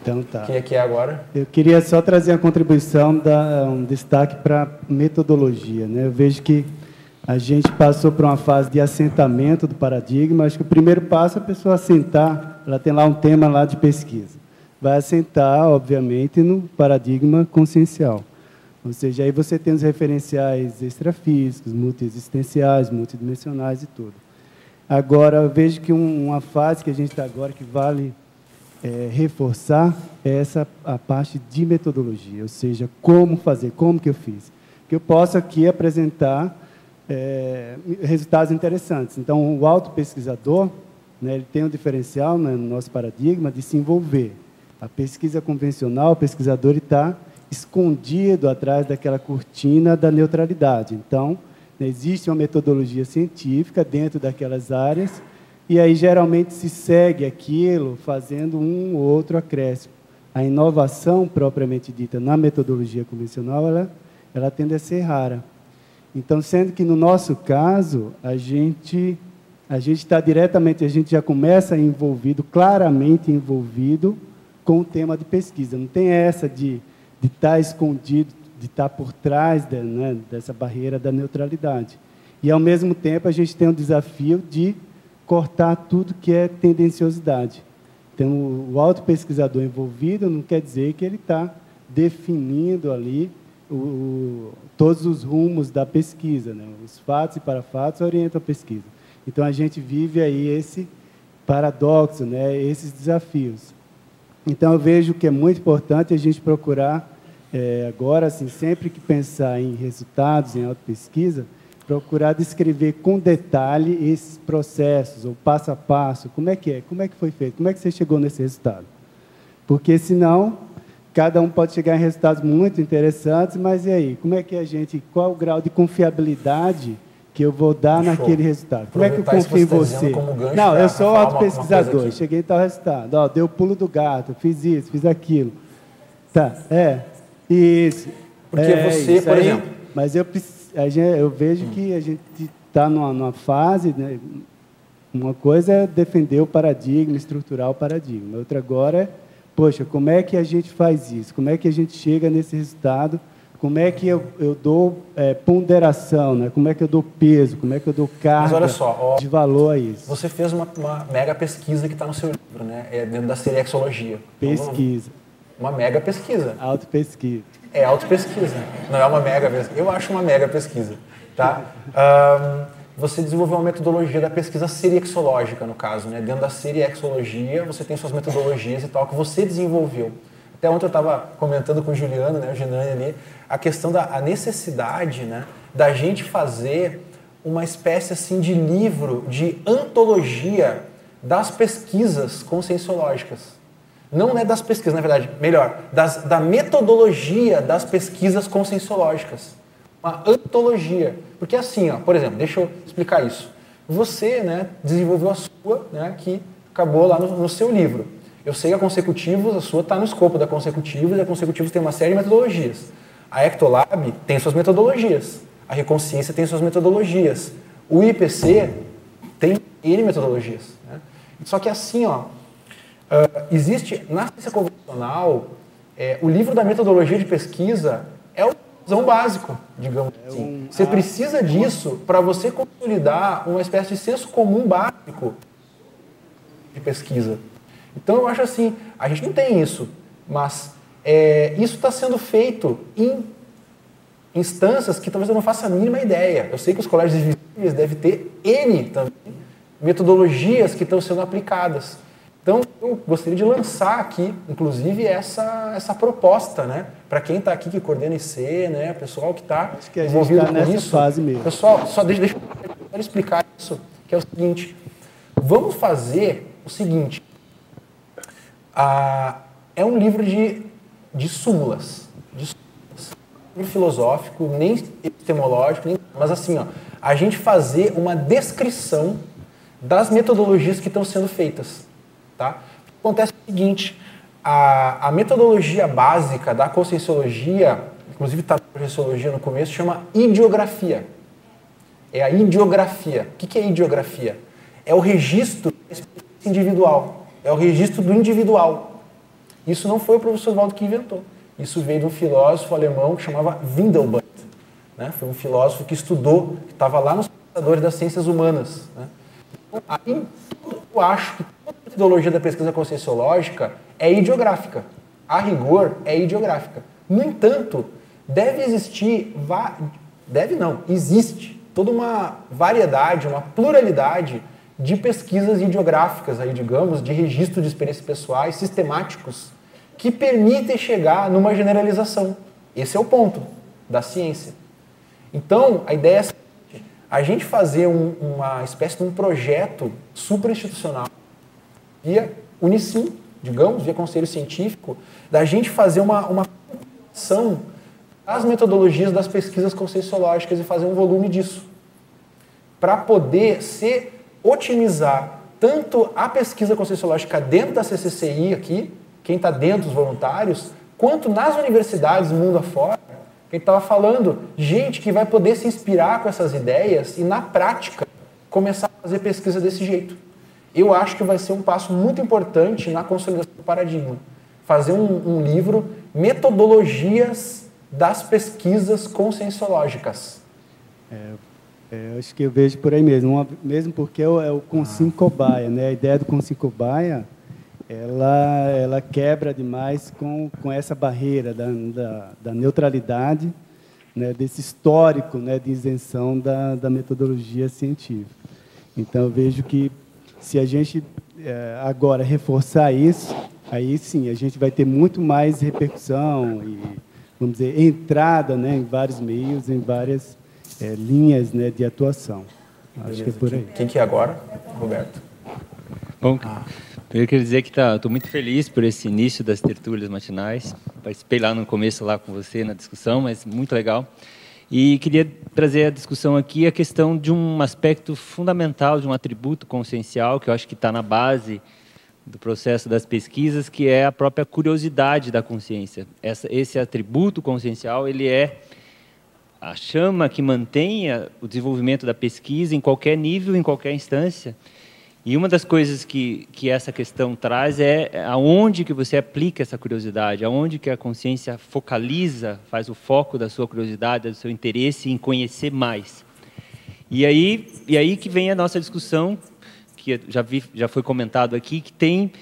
Então, tá. Quem é que é agora? Eu queria só trazer a contribuição, um destaque para a metodologia, né? Eu vejo que a gente passou por uma fase de assentamento do paradigma. Acho que o primeiro passo é a pessoa assentar, ela tem lá um tema lá de pesquisa. Vai assentar, obviamente, no paradigma consciencial. Ou seja, aí você tem os referenciais extrafísicos, multiexistenciais, multidimensionais e tudo. Agora, eu vejo que uma fase que a gente está agora, que vale reforçar, é a parte de metodologia, ou seja, como fazer, como que eu fiz. Que eu posso aqui apresentar resultados interessantes. Então, o autopesquisador, né, ele tem um diferencial, né, no nosso paradigma de se envolver. A pesquisa convencional, o pesquisador está escondido atrás daquela cortina da neutralidade. Então, existe uma metodologia científica dentro daquelas áreas e aí geralmente se segue aquilo fazendo um ou outro acréscimo. A inovação propriamente dita na metodologia convencional, ela tende a ser rara. Então, sendo que no nosso caso, a gente está diretamente, a gente já começa envolvido, claramente envolvido com o tema de pesquisa. Não tem essa de estar escondido, de estar por trás dessa barreira da neutralidade. E, ao mesmo tempo, a gente tem o desafio de cortar tudo que é tendenciosidade. Então, o autopesquisador envolvido não quer dizer que ele está definindo ali todos os rumos da pesquisa, né? Os fatos e parafatos orientam a pesquisa. Então, a gente vive aí esse paradoxo, né? Esses desafios. Então, eu vejo que é muito importante a gente procurar, agora, assim, sempre que pensar em resultados, em autopesquisa, procurar descrever com detalhe esses processos, ou passo a passo, como é que foi feito, como é que você chegou nesse resultado. Porque, senão, cada um pode chegar em resultados muito interessantes, mas e aí? Como é que qual o grau de confiabilidade que eu vou dar naquele resultado? Como é que eu confio em você? Não, eu sou autopesquisador, cheguei em tal resultado. Ó, dei o pulo do gato, fiz isso, fiz aquilo. Tá, isso. Porque você, por exemplo... Mas eu vejo que a gente está numa fase, né, uma coisa é defender o paradigma, estruturar o paradigma. Outra agora é, poxa, como é que a gente faz isso? Como é que a gente chega nesse resultado? Como é que eu dou ponderação, né? Como é que eu dou peso? Como é que eu dou carga de valor a isso? Você fez uma mega pesquisa que está no seu livro, né? Dentro da seriexologia. Pesquisa. Uma mega pesquisa. Autopesquisa. É autopesquisa. Não é uma mega pesquisa. Eu acho uma mega pesquisa. Tá? Você desenvolveu uma metodologia da pesquisa seriexológica, no caso. Né? Dentro da seriexologia, você tem suas metodologias e tal, que você desenvolveu. Até ontem eu estava comentando com o Juliano, né, o Ginani ali, a questão da necessidade, né, da gente fazer uma espécie assim, de livro, de antologia das pesquisas conscienciológicas. Não é das pesquisas, na verdade, melhor, da metodologia das pesquisas conscienciológicas. Uma antologia. Porque assim, ó, por exemplo, deixa eu explicar isso. Você, né, desenvolveu a sua, né, que acabou lá no seu livro. Eu sei que a Consecutivos, a sua está no escopo da Consecutivos, e a Consecutivos tem uma série de metodologias. A Ectolab tem suas metodologias. A Reconsciência tem suas metodologias. O IPC tem N metodologias. Né? Só que assim, ó, existe, na ciência convencional, o livro da metodologia de pesquisa é o básico, digamos assim. Você precisa disso para você consolidar uma espécie de senso comum básico de pesquisa. Então, eu acho assim, a gente não tem isso, mas isso está sendo feito em instâncias que talvez eu não faça a mínima ideia. Eu sei que os colégios invisíveis devem ter N também metodologias que estão sendo aplicadas. Então, eu gostaria de lançar aqui, inclusive, essa proposta, né? Para quem está aqui que coordena IC, né? O pessoal que está envolvido com isso. Fase mesmo. Pessoal, só deixa eu explicar isso, que é o seguinte. Vamos fazer o seguinte. É um livro de súmulas. Um livro filosófico, nem epistemológico, mas assim, ó, a gente fazer uma descrição das metodologias que estão sendo feitas. Tá? Acontece o seguinte, a metodologia básica da conscienciologia, inclusive está na conscienciologia no começo, chama ideografia. É a ideografia. O que é ideografia? É o registro da experiência individual. É o registro do individual. Isso não foi o professor Valdo que inventou. Isso veio de um filósofo alemão que chamava Windelband, né? Foi um filósofo que estudou, que estava lá nos pensadores das ciências humanas, né? Então, aí, eu acho que toda a metodologia da pesquisa conscienciológica é ideográfica. A rigor, é ideográfica. No entanto, existe toda uma variedade, uma pluralidade de pesquisas ideográficas, aí, digamos, de registro de experiências pessoais sistemáticos, que permitem chegar numa generalização. Esse é o ponto da ciência. Então, a ideia é a gente fazer uma espécie de um projeto superinstitucional, via Unicim, digamos, via Conselho Científico, da gente fazer uma compilação das metodologias das pesquisas conscienciológicas e fazer um volume disso, para poder otimizar tanto a pesquisa conscienciológica dentro da CCCI aqui, quem está dentro dos voluntários, quanto nas universidades, mundo afora, que a gente estava falando, gente que vai poder se inspirar com essas ideias e, na prática, começar a fazer pesquisa desse jeito. Eu acho que vai ser um passo muito importante na consolidação do paradigma. Fazer um livro, Metodologias das Pesquisas Conscienciológicas. Acho que eu vejo por aí mesmo, mesmo porque é o consim cobaia, né? A ideia do consim cobaia, ela quebra demais com essa barreira da neutralidade, né? Desse histórico, né? De isenção da metodologia científica. Então, eu vejo que se a gente agora reforçar isso, aí sim, a gente vai ter muito mais repercussão e, vamos dizer, entrada, né? Em vários meios, em várias linhas, né, de atuação. Acho que é por aí. Quem que é agora? Roberto. Bom, eu queria dizer que estou muito feliz por esse início das tertúlias matinais. Participei lá no começo lá com você na discussão, mas muito legal. E queria trazer a discussão aqui a questão de um aspecto fundamental, de um atributo consciencial, que eu acho que está na base do processo das pesquisas, que é a própria curiosidade da consciência. Esse atributo consciencial, ele é a chama que mantenha o desenvolvimento da pesquisa em qualquer nível, em qualquer instância. E uma das coisas que essa questão traz é aonde que você aplica essa curiosidade, aonde que a consciência focaliza, faz o foco da sua curiosidade, do seu interesse em conhecer mais. E aí que vem a nossa discussão, que já foi comentado aqui, que tem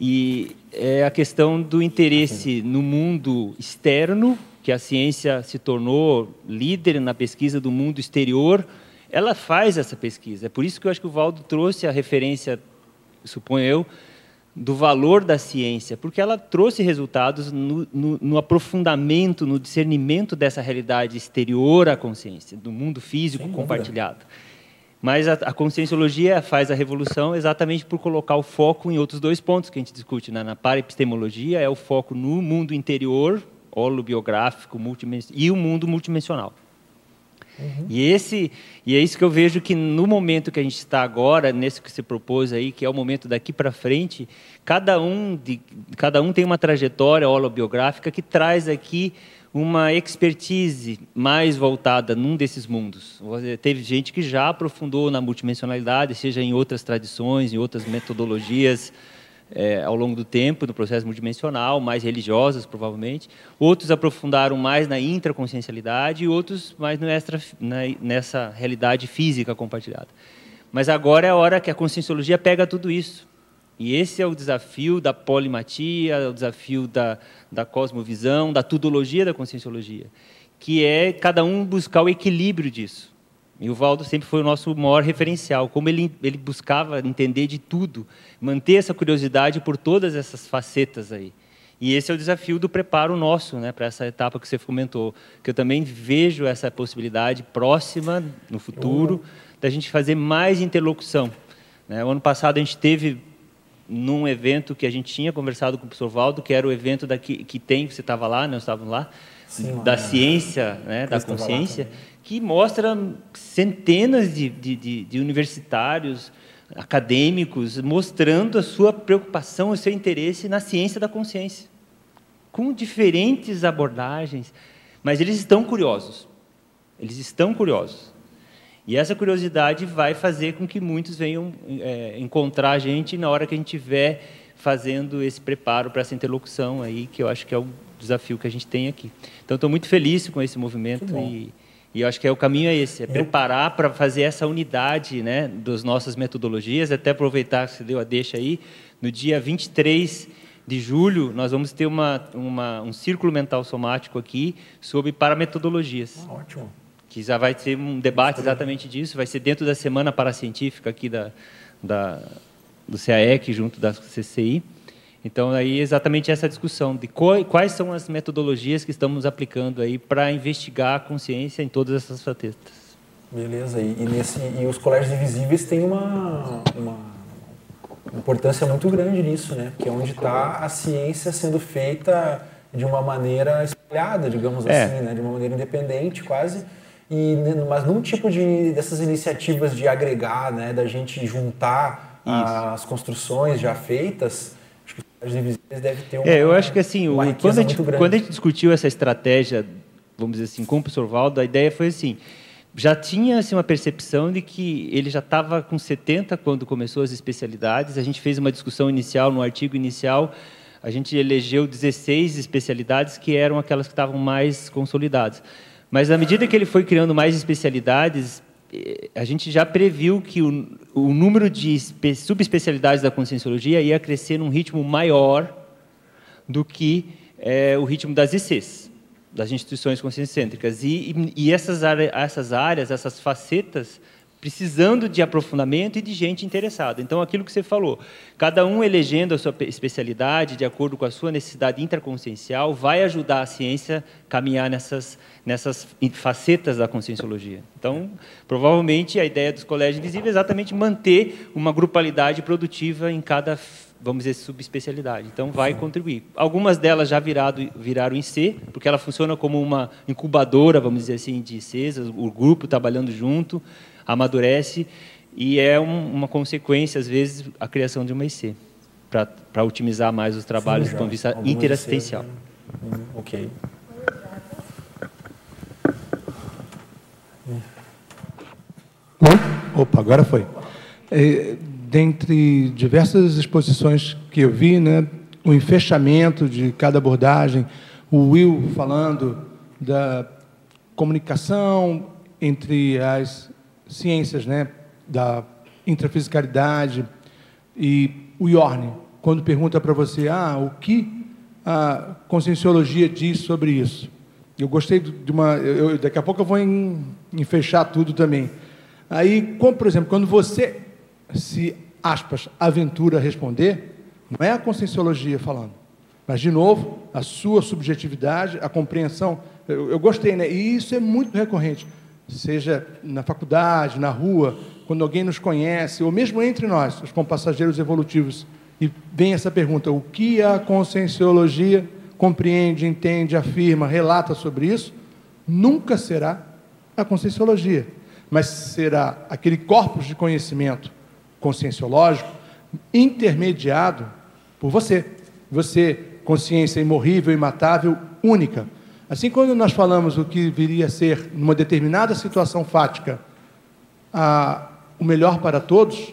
é a questão do interesse no mundo externo, que a ciência se tornou líder na pesquisa do mundo exterior. Ela faz essa pesquisa. É por isso que eu acho que o Valdo trouxe a referência, suponho eu, do valor da ciência, porque ela trouxe resultados no aprofundamento, no discernimento dessa realidade exterior à consciência, do mundo físico compartilhado. Mas a conscienciologia faz a revolução exatamente por colocar o foco em outros dois pontos que a gente discute, né? Na paraepistemologia é o foco no mundo interior, holobiográfico, e o mundo multidimensional. Uhum. E é isso que eu vejo que no momento que a gente está agora, nesse que se propôs aí, que é o momento daqui para frente, cada um tem uma trajetória holobiográfica que traz aqui uma expertise mais voltada num desses mundos. Teve gente que já aprofundou na multidimensionalidade, seja em outras tradições, em outras metodologias, ao longo do tempo, no processo multidimensional, mais religiosas, provavelmente. Outros aprofundaram mais na intraconsciencialidade e outros mais nessa realidade física compartilhada. Mas agora é a hora que a conscienciologia pega tudo isso. E esse é o desafio da polimatia, é o desafio da cosmovisão, da tudologia da conscienciologia, que é cada um buscar o equilíbrio disso. E o Valdo sempre foi o nosso maior referencial, como ele buscava entender de tudo, manter essa curiosidade por todas essas facetas aí. E esse é o desafio do preparo nosso, né, para essa etapa que você comentou, que eu também vejo essa possibilidade próxima, no futuro, da gente fazer mais interlocução. Né? O ano passado a gente teve, num evento que a gente tinha conversado com o professor Valdo, que era o evento que tem, você estava lá, nós estávamos lá, sim, da ciência, né, da consciência, que mostra centenas de universitários, acadêmicos, mostrando a sua preocupação, o seu interesse na ciência da consciência, com diferentes abordagens, mas eles estão curiosos. Eles estão curiosos. E essa curiosidade vai fazer com que muitos venham encontrar a gente na hora que a gente estiver fazendo esse preparo para essa interlocução aí, que eu acho que é o desafio que a gente tem aqui. Então, estou muito feliz com esse movimento e eu acho que o caminho é esse, é preparar para fazer essa unidade, né, das nossas metodologias, até aproveitar que você deu a deixa aí, no dia 23 de julho, nós vamos ter um círculo mental somático aqui sobre parametodologias. Ótimo. Que já vai ter um debate exatamente disso, vai ser dentro da Semana Paracientífica aqui do CAEC, junto da CCI. Então, aí exatamente essa discussão de quais são as metodologias que estamos aplicando aí para investigar a consciência em todas essas facetas. Beleza. E os colégios invisíveis têm uma importância muito grande nisso, né? Porque é onde está a ciência sendo feita de uma maneira espalhada, digamos assim, né? De uma maneira independente, quase. Mas num tipo dessas iniciativas de agregar, né? Da gente juntar as construções já feitas. As invisíveis devem ter eu acho que assim, quando a gente discutiu essa estratégia, vamos dizer assim, com o professor Valdo, a ideia foi assim, já tinha assim, uma percepção de que ele já estava com 70 quando começou as especialidades, a gente fez uma discussão inicial, no artigo inicial, a gente elegeu 16 especialidades que eram aquelas que estavam mais consolidadas. Mas, à medida que ele foi criando mais especialidades, a gente já previu que o número de subespecialidades da conscienciologia ia crescer num ritmo maior do que o ritmo das ICs, das instituições consciencêntricas. E essas áreas, essas facetas, precisando de aprofundamento e de gente interessada. Então, aquilo que você falou, cada um elegendo a sua especialidade de acordo com a sua necessidade intraconsciencial, vai ajudar a ciência a caminhar nessas facetas da conscienciologia. Então, provavelmente, a ideia dos colégios invisíveis é exatamente manter uma grupalidade produtiva em cada, vamos dizer, subespecialidade. Então, vai contribuir. Algumas delas já viraram em C, porque ela funciona como uma incubadora, vamos dizer assim, de ICs, o grupo trabalhando junto, amadurece, e é uma consequência, às vezes, a criação de uma IC, para otimizar mais os trabalhos do ponto de vista interassistencial. Ok. Opa, agora foi. Dentre diversas exposições que eu vi, né, o enfechamento de cada abordagem, o Will falando da comunicação entre as ciências, né, da intrafisicalidade, e o Yorn, quando pergunta para você, o que a conscienciologia diz sobre isso? Eu gostei de daqui a pouco eu vou fechar tudo também. Aí, como, por exemplo, quando você se, aspas, aventura a responder, não é a conscienciologia falando, mas, de novo, a sua subjetividade, a compreensão. Eu gostei, né? E isso é muito recorrente. Seja na faculdade, na rua, quando alguém nos conhece, ou mesmo entre nós, os compassageiros evolutivos, e vem essa pergunta, o que a conscienciologia compreende, entende, afirma, relata sobre isso, nunca será a conscienciologia, mas será aquele corpus de conhecimento conscienciológico intermediado por você. Você, consciência imorrível, imatável, única. Assim, quando nós falamos o que viria a ser, numa determinada situação fática, o melhor para todos,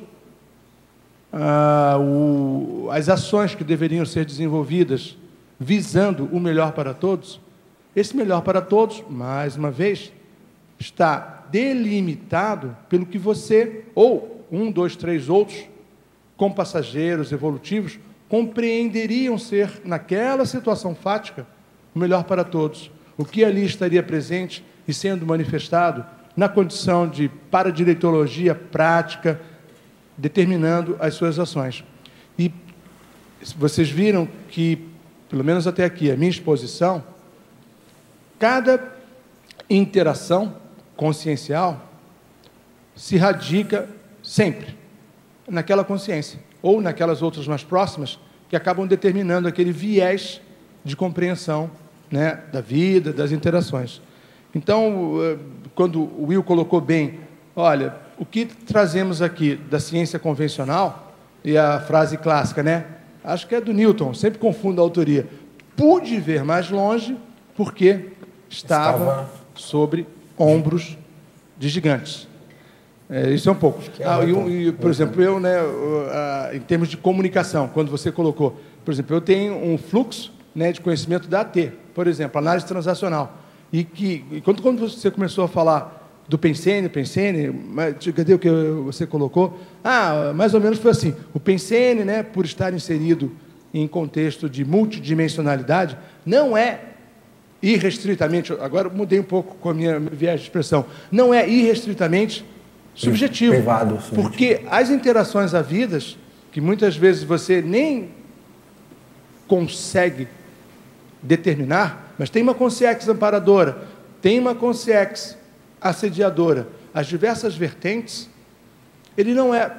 as ações que deveriam ser desenvolvidas visando o melhor para todos, esse melhor para todos, mais uma vez, está delimitado pelo que você, ou 1, 2, 3 outros, compassageiros evolutivos, compreenderiam ser, naquela situação fática, o melhor para todos. O que ali estaria presente e sendo manifestado na condição de paradireitologia prática, determinando as suas ações. E vocês viram que, pelo menos até aqui, a minha exposição, cada interação consciencial se radica sempre naquela consciência, ou naquelas outras mais próximas, que acabam determinando aquele viés de compreensão, né, da vida, das interações. Então, quando o Will colocou bem, olha, o que trazemos aqui da ciência convencional, e a frase clássica, né? Acho que é do Newton, sempre confundo a autoria. Pude ver mais longe porque estava sobre ombros de gigantes. Isso é um pouco. Por exemplo, eu, né, em termos de comunicação, quando você colocou, por exemplo, eu tenho um fluxo, né, de conhecimento da AT, por exemplo, análise transacional. E quando você começou a falar do Pensene, cadê o que você colocou? Mais ou menos foi assim. O Pensene, né, por estar inserido em contexto de multidimensionalidade, não é irrestritamente, agora mudei um pouco com a minha viés de expressão, não é irrestritamente subjetivo. Privado, porque as interações havidas, que muitas vezes você nem consegue determinar, mas tem uma consciex amparadora, tem uma consciex assediadora, as diversas vertentes, ele não é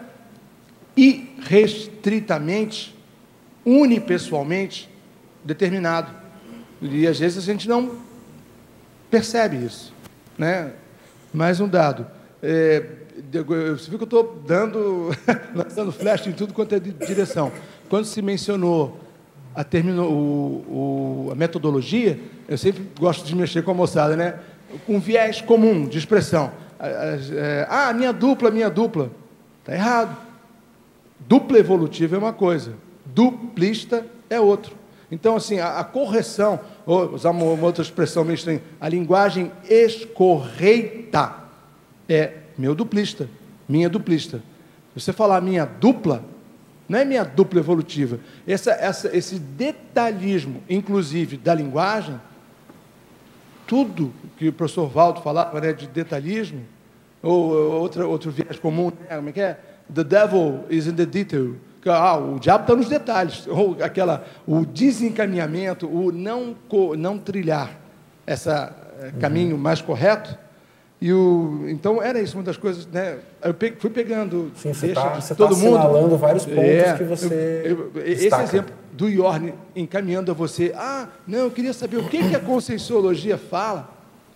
irrestritamente, unipessoalmente determinado. E às vezes a gente não percebe isso, né? Mais um dado. Você viu que eu estou lançando flash em tudo quanto é de direção. Quando se mencionou a metodologia, eu sempre gosto de mexer com a moçada, né? Com viés comum de expressão. Minha dupla. Está errado. Dupla evolutiva é uma coisa, duplista é outro. Então, assim, a correção, ou usar uma outra expressão meio estranha, a linguagem escorreita é meu duplista, minha duplista. Se você falar minha dupla, não é minha dupla evolutiva. Esse detalhismo, inclusive, da linguagem, tudo que o professor Valdo falava, né, de detalhismo, ou outro viés comum, né, como é que é? The devil is in the detail. O diabo está nos detalhes. Ou o desencaminhamento, o não trilhar esse caminho mais correto. Então, era isso, uma das coisas, né? Eu fui pegando... Sim, você está assinalando vários pontos que você esse exemplo do Yorn encaminhando a você. Eu queria saber o que a Conscienciologia fala.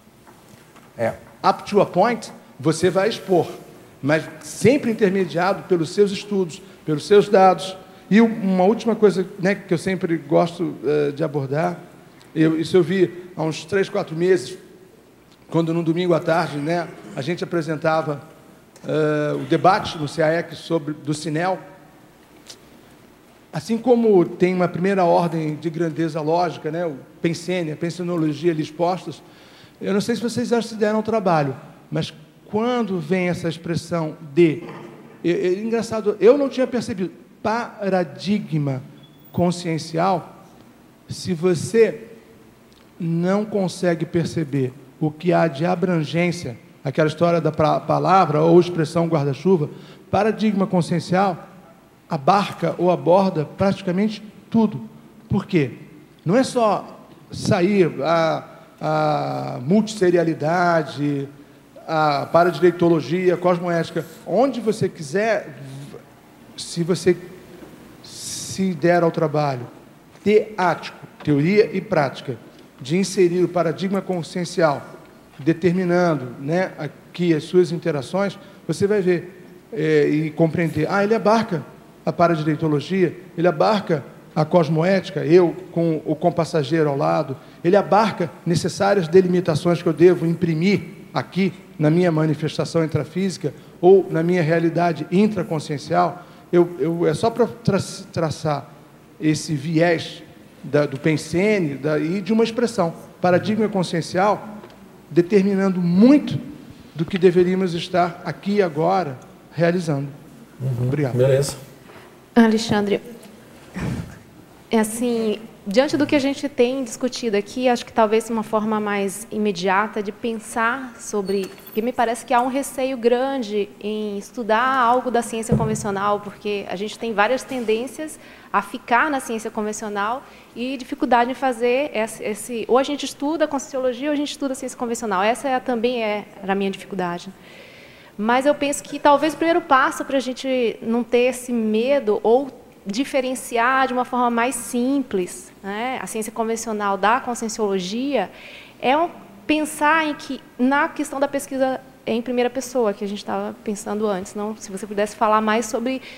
Up to a point, você vai expor, mas sempre intermediado pelos seus estudos, pelos seus dados. E uma última coisa, né, que eu sempre gosto de abordar, isso eu vi há uns 3, 4 meses, quando no domingo à tarde, né, a gente apresentava o debate no CAEC do Cinel. Assim como tem uma primeira ordem de grandeza lógica, né, o Pensene, a Pensenologia ali expostos, eu não sei se vocês já se deram ao trabalho, mas quando vem essa expressão de... engraçado, eu não tinha percebido. Paradigma consciencial, se você não consegue perceber o que há de abrangência, aquela história da palavra ou expressão guarda-chuva, paradigma consciencial abarca ou aborda praticamente tudo. Por quê? Não é só sair a multisserialidade, a paradireitologia, a cosmoética, onde você quiser, se você se der ao trabalho teático, teoria e prática, de inserir o paradigma consciencial, determinando, né, aqui as suas interações, você vai ver e compreender. Ele abarca a paradireitologia, ele abarca a cosmoética, eu com o compassageiro ao lado, ele abarca necessárias delimitações que eu devo imprimir aqui na minha manifestação intrafísica ou na minha realidade intraconsciencial. É só para traçar esse viés do Pensene e de uma expressão, paradigma consciencial, determinando muito do que deveríamos estar aqui e agora realizando. Obrigado. Beleza. Alexandre, assim, diante do que a gente tem discutido aqui, acho que talvez uma forma mais imediata de pensar sobre... Porque me parece que há um receio grande em estudar algo da ciência convencional, porque a gente tem várias tendências a ficar na ciência convencional e dificuldade em fazer ou a gente estuda a Conscienciologia ou a gente estuda a ciência convencional. Essa também era a minha dificuldade. Mas eu penso que talvez o primeiro passo para a gente não ter esse medo ou diferenciar de uma forma mais simples, né, a ciência convencional da Conscienciologia, pensar na questão da pesquisa em primeira pessoa, que a gente estava pensando antes. Não, se você pudesse falar mais sobre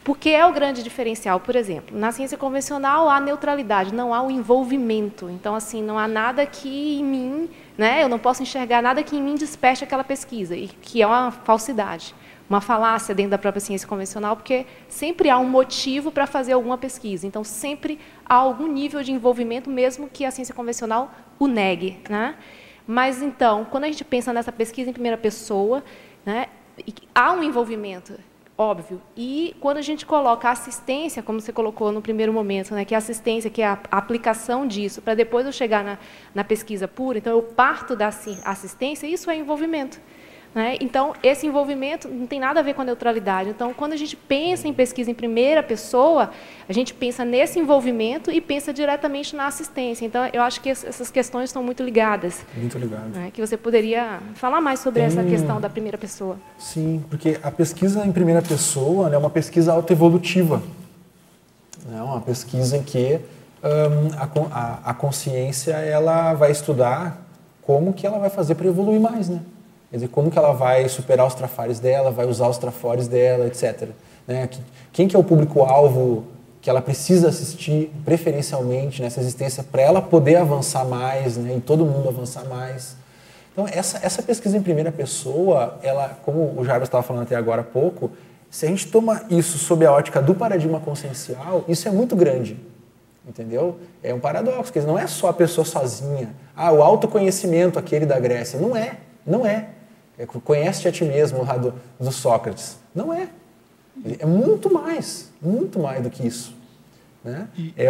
Porque é o grande diferencial. Por exemplo, na ciência convencional há neutralidade, não há o envolvimento. Então, assim, não há nada que em mim, né, eu não posso enxergar nada que em mim desperte aquela pesquisa, e que é uma falsidade, uma falácia dentro da própria ciência convencional, porque sempre há um motivo para fazer alguma pesquisa. Então, sempre há algum nível de envolvimento, mesmo que a ciência convencional o negue, né? Mas, então, quando a gente pensa nessa pesquisa em primeira pessoa, né, há um envolvimento, óbvio. E quando a gente coloca a assistência, como você colocou no primeiro momento, né, que é a assistência, que é a aplicação disso, para depois eu chegar na pesquisa pura, então eu parto da assistência, isso é envolvimento. Né? Então, esse envolvimento não tem nada a ver com a neutralidade. Então, quando a gente pensa em pesquisa em primeira pessoa, a gente pensa nesse envolvimento e pensa diretamente na assistência. Então, eu acho que essas questões estão muito ligadas. Muito ligadas. Né? Que você poderia falar mais sobre essa questão da primeira pessoa. Sim, porque a pesquisa em primeira pessoa, né, é uma pesquisa autoevolutiva. É uma pesquisa em que a consciência ela vai estudar como que ela vai fazer para evoluir mais, né? Quer dizer, como que ela vai superar os trafares dela, vai usar os trafores dela, etc. Né? Quem que é o público-alvo que ela precisa assistir preferencialmente nessa existência para ela poder avançar mais, né? E todo mundo avançar mais. Então, essa pesquisa em primeira pessoa, ela, como o Jarbas estava falando até agora há pouco, se a gente toma isso sob a ótica do paradigma consciencial, isso é muito grande. Entendeu? É um paradoxo, quer dizer, não é só a pessoa sozinha. O autoconhecimento aquele da Grécia. Não é. Não é. Conhece-te a ti mesmo lá do Sócrates. Não é. É muito mais do que isso. Né? É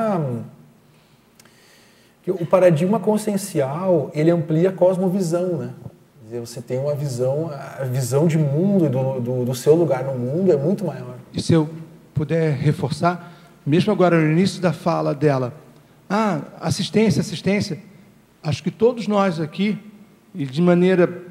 o paradigma consciencial, ele amplia a cosmovisão, né? Quer dizer, você tem uma visão, a visão de mundo e do seu lugar no mundo é muito maior. E se eu puder reforçar, mesmo agora no início da fala dela, assistência, acho que todos nós aqui, e de maneira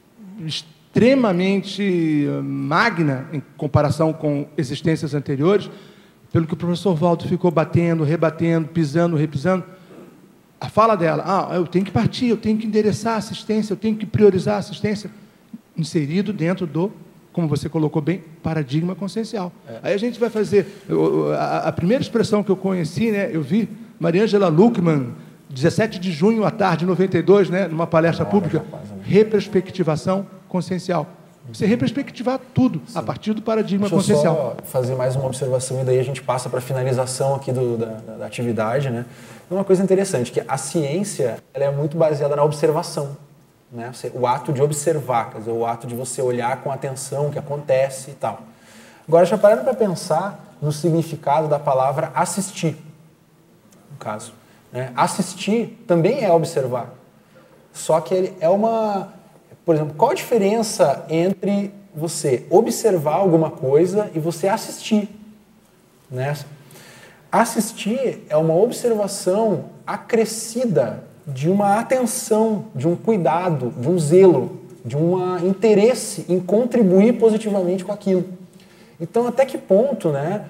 extremamente magna em comparação com existências anteriores, pelo que o professor Valdo ficou batendo, rebatendo, pisando, repisando, a fala dela, eu tenho que partir, eu tenho que endereçar a assistência, eu tenho que priorizar a assistência, inserido dentro do, como você colocou bem, paradigma consciencial. Aí a gente vai fazer, a primeira expressão que eu conheci, né, eu vi Mariângela Luckmann, 17 de junho à tarde, 92, né, numa palestra pública, reperspectivação consciencial. Você reperspectivar tudo. Sim. A partir do paradigma consciencial. Deixa eu só fazer mais uma observação e daí a gente passa para a finalização aqui da atividade. Né? Uma coisa interessante, que a ciência ela é muito baseada na observação. Né? O ato de observar, quer dizer, o ato de você olhar com atenção o que acontece e tal. Agora, já pararam para pensar no significado da palavra assistir, no caso. Né? Assistir também é observar. Só que ele é Por exemplo, qual a diferença entre você observar alguma coisa e você assistir? Né? Assistir é uma observação acrescida de uma atenção, de um cuidado, de um zelo, de um interesse em contribuir positivamente com aquilo. Então, até que ponto, né,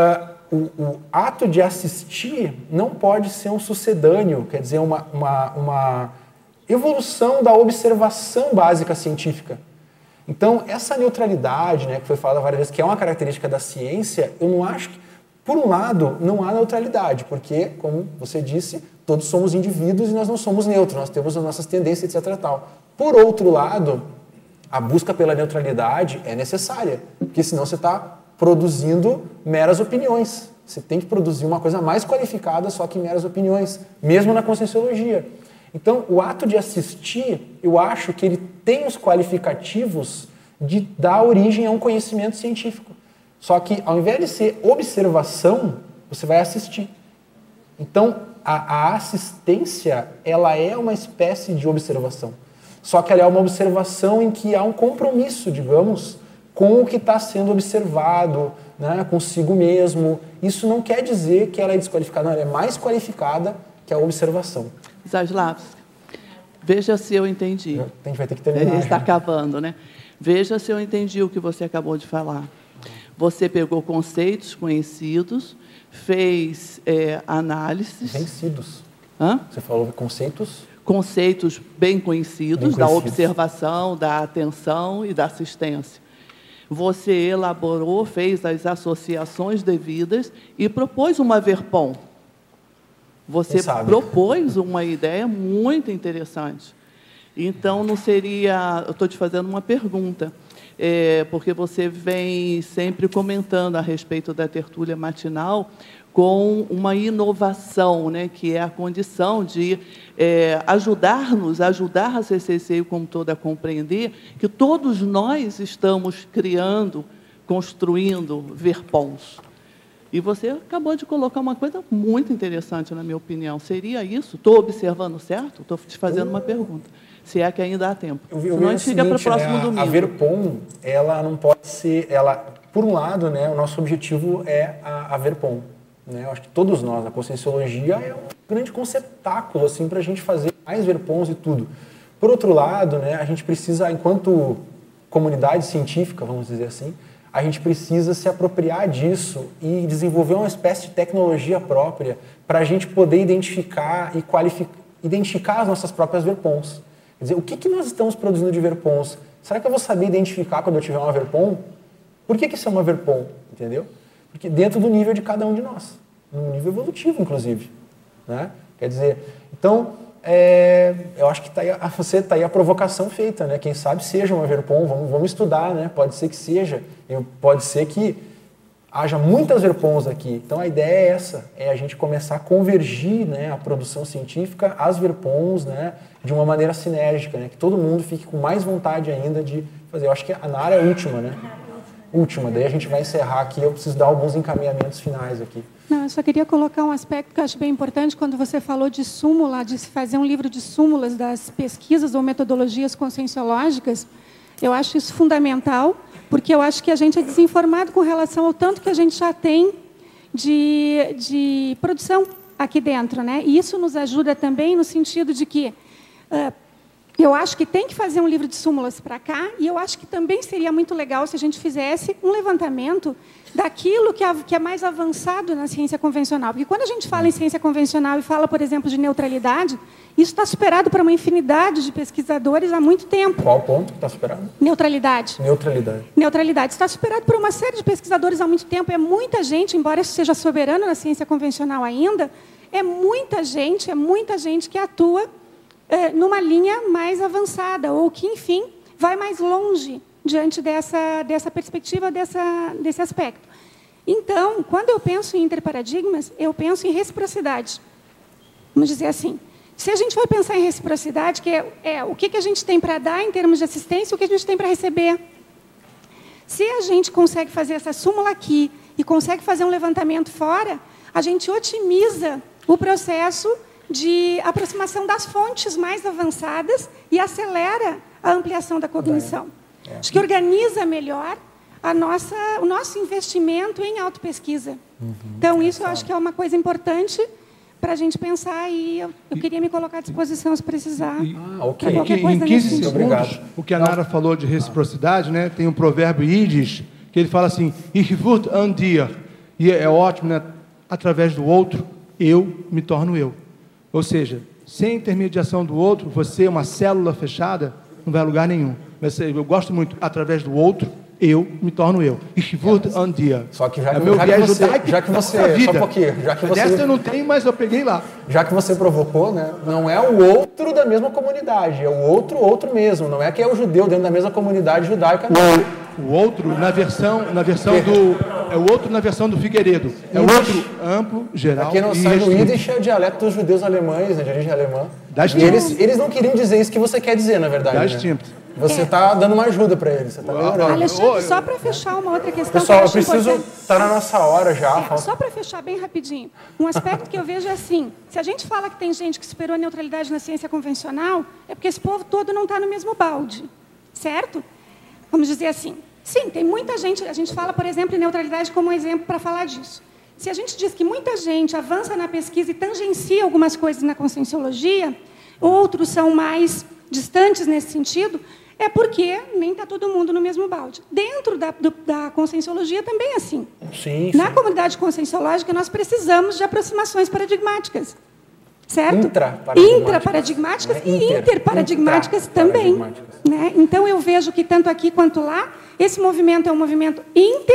o ato de assistir não pode ser um sucedâneo, quer dizer, uma evolução da observação básica científica. Então, essa neutralidade, né, que foi falada várias vezes, que é uma característica da ciência, eu não acho que, por um lado, não há neutralidade, porque, como você disse, todos somos indivíduos e nós não somos neutros, nós temos as nossas tendências, etc. Tal. Por outro lado, a busca pela neutralidade é necessária, porque senão você está produzindo meras opiniões. Você tem que produzir uma coisa mais qualificada só que meras opiniões, mesmo na conscienciologia. Então, o ato de assistir, eu acho que ele tem os qualificativos de dar origem a um conhecimento científico. Só que, ao invés de ser observação, você vai assistir. Então, a assistência, ela é uma espécie de observação. Só que ela é uma observação em que há um compromisso, digamos, com o que está sendo observado, né, consigo mesmo. Isso não quer dizer que ela é desqualificada, não, ela é mais qualificada que a observação. Zaslavski, veja se eu entendi. A gente vai ter que terminar. Está acabando, né? Veja se eu entendi o que você acabou de falar. Você pegou conceitos conhecidos, fez análises... Vencidos. Hã? Você falou conceitos? Conceitos bem conhecidos, da observação, da atenção e da assistência. você elaborou, fez as associações devidas e propôs uma verpom. Você propôs uma ideia muito interessante. Então, não seria... Eu estou te fazendo uma pergunta, porque você vem sempre comentando a respeito da tertúlia matinal com uma inovação, né, que é a condição de ajudar a CCC como toda a compreender que todos nós estamos criando, construindo verpons. E você acabou de colocar uma coisa muito interessante, na minha opinião. Seria isso? Estou observando certo? Estou te fazendo uma pergunta. Se é que ainda há tempo. Senão a gente fica para o próximo domingo. A verpom, ela não pode ser... Por um lado, né, o nosso objetivo é a verpom. Né? Eu acho que todos nós, a Conscienciologia é um grande conceptáculo assim, para a gente fazer mais verpons e tudo. Por outro lado, né, a gente precisa, enquanto comunidade científica, vamos dizer assim, a gente precisa se apropriar disso e desenvolver uma espécie de tecnologia própria para a gente poder identificar e identificar as nossas próprias verpons. Quer dizer, o que nós estamos produzindo de verpons? Será que eu vou saber identificar quando eu tiver uma verpom? Por que isso é uma verpom? Entendeu? Porque dentro do nível de cada um de nós, no nível evolutivo, inclusive. Né? Quer dizer, então, eu acho que você está aí a provocação feita, né? Quem sabe seja uma verpom, vamos estudar, né? Pode ser que seja, pode ser que haja muitas verpons aqui. Então a ideia é essa, é a gente começar a convergir, né, a produção científica às verpons, né, de uma maneira sinérgica, né? Que todo mundo fique com mais vontade ainda de fazer. Eu acho que a Nara é a última, né? Daí a gente vai encerrar aqui, eu preciso dar alguns encaminhamentos finais aqui. Não, eu só queria colocar um aspecto que eu acho bem importante quando você falou de súmula, de se fazer um livro de súmulas das pesquisas ou metodologias conscienciológicas. Eu acho isso fundamental, porque eu acho que a gente é desinformado com relação ao tanto que a gente já tem de produção aqui dentro, né? E isso nos ajuda também no sentido de que eu acho que tem que fazer um livro de súmulas para cá, e eu acho que também seria muito legal se a gente fizesse um levantamento daquilo que é mais avançado na ciência convencional. Porque quando a gente fala em ciência convencional e fala, por exemplo, de neutralidade, isso está superado por uma infinidade de pesquisadores há muito tempo. Qual ponto está superado? Neutralidade. Neutralidade. Está superado por uma série de pesquisadores há muito tempo. É muita gente, embora isso seja soberano na ciência convencional ainda, é muita gente que atua numa linha mais avançada, ou que, enfim, vai mais longe diante dessa perspectiva, desse aspecto. Então, quando eu penso em interparadigmas, eu penso em reciprocidade. Vamos dizer assim, se a gente for pensar em reciprocidade, que é o que a gente tem para dar em termos de assistência e o que a gente tem para receber. Se a gente consegue fazer essa súmula aqui e consegue fazer um levantamento fora, a gente otimiza o processo de aproximação das fontes mais avançadas e acelera a ampliação da cognição. Acho que organiza melhor o nosso investimento em autopesquisa. Então, isso eu acho que é uma coisa importante para a gente pensar, e eu queria me colocar à disposição se precisar. Em 15 segundos, o que a Nara falou de reciprocidade, né, tem um provérbio ídis, que ele fala assim, Ich wird an dir, e é ótimo, né, através do outro, eu me torno eu. Ou seja, sem intermediação do outro, você, uma célula fechada, não vai a lugar nenhum. Eu gosto muito, através do outro, eu me torno eu. Ich wurde an dir. Só que já que você só um pouquinho, já que você... Dessa eu não tenho, mas eu peguei lá. Já que você provocou, né? Não é o outro da mesma comunidade, é o outro mesmo. Não é que é o judeu dentro da mesma comunidade judaica. Não. O outro na versão do Figueiredo. É o outro amplo, geral. Aqui não sabe, o Yiddish é o dialeto dos judeus alemães, né, de origem alemã. Eles não queriam dizer isso que você quer dizer, na verdade. Né? Você está dando uma ajuda para eles. Você está melhorando. Alexandre, só para fechar uma outra questão. Pessoal, eu preciso estar na nossa hora já. Só para fechar bem rapidinho. Um aspecto que eu vejo é assim: se a gente fala que tem gente que superou a neutralidade na ciência convencional, é porque esse povo todo não está no mesmo balde. Certo? Vamos dizer assim. Sim, tem muita gente. A gente fala, por exemplo, em neutralidade como um exemplo para falar disso. Se a gente diz que muita gente avança na pesquisa e tangencia algumas coisas na conscienciologia, outros são mais distantes nesse sentido, é porque nem está todo mundo no mesmo balde. Dentro da conscienciologia também é assim. Sim. Na comunidade conscienciológica, nós precisamos de aproximações paradigmáticas. certo? Intraparadigmáticas e interparadigmáticas também. Né? Então, eu vejo que tanto aqui quanto lá, esse movimento é um movimento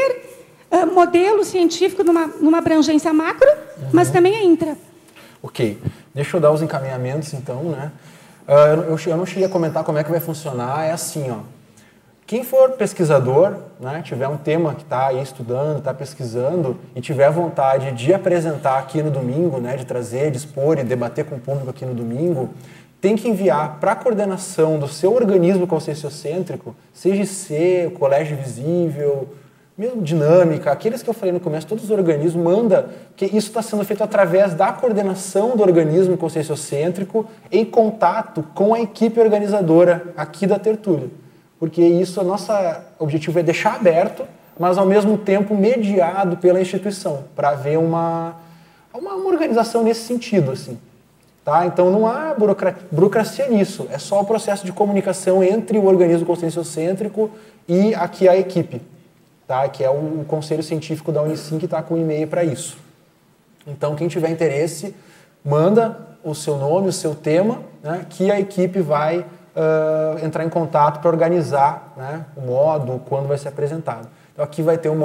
modelo científico numa abrangência macro, mas também é intra. Ok. Deixa eu dar os encaminhamentos, então, né? Eu não cheguei a comentar como é que vai funcionar. É assim, ó. Quem for pesquisador, né, tiver um tema que está aí estudando, está pesquisando e tiver vontade de apresentar aqui no domingo, né, de trazer, de expor e debater com o público aqui no domingo, tem que enviar para a coordenação do seu organismo conscienciocêntrico, seja IC, Colégio Visível, mesmo Dinâmica, aqueles que eu falei no começo, todos os organismos, manda, que isso está sendo feito através da coordenação do organismo conscienciocêntrico em contato com a equipe organizadora aqui da tertúlia. Porque isso, nosso objetivo é deixar aberto, mas ao mesmo tempo mediado pela instituição, para haver uma organização nesse sentido, assim. Tá? Então não há burocracia nisso, é só o processo de comunicação entre o organismo conscienciocêntrico e aqui a equipe, tá? Que é o Conselho Científico da Unicim que está com um e-mail para isso. Então quem tiver interesse, manda o seu nome, o seu tema, né, que a equipe vai entrar em contato para organizar, né, o modo, quando vai ser apresentado. Então aqui vai ter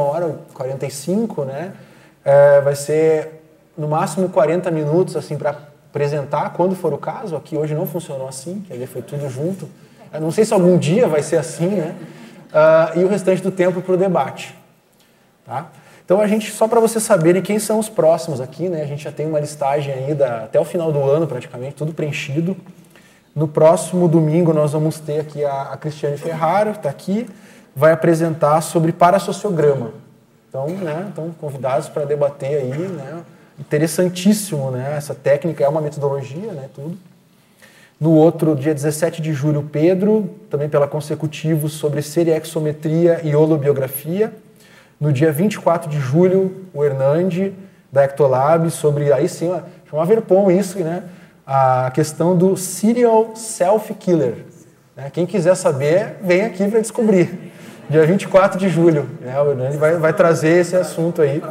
1h45, né, vai ser no máximo 40 minutos assim, para apresentar, quando for o caso. Aqui hoje não funcionou assim, quer dizer, foi tudo junto. Eu não sei se algum dia vai ser assim, né, e o restante do tempo para o debate. Tá? Então, só para vocês saberem quem são os próximos aqui, né, a gente já tem uma listagem aí até o final do ano, praticamente, tudo preenchido. No próximo domingo nós vamos ter aqui a Cristiane Ferraro, que está aqui, vai apresentar sobre parasociograma. Então, né, estão convidados para debater aí, né, interessantíssimo, né, essa técnica é uma metodologia, né, tudo. No outro, dia 17 de julho, Pedro, também pela Consecutivo, sobre seriexometria e holobiografia. No dia 24 de julho, o Hernande, da Ectolab, sobre, aí sim, chama Verpon isso, né, a questão do serial self-killer. Quem quiser saber, vem aqui para descobrir. Dia 24 de julho, né, o Hernani vai trazer esse assunto aí.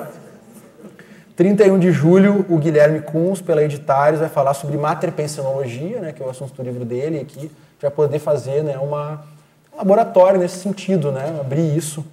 31 de julho, o Guilherme Kunz, pela Editares, vai falar sobre materpensionologia, né, que é o assunto do livro dele, e aqui vai poder fazer, né, um laboratório nesse sentido, né, abrir isso.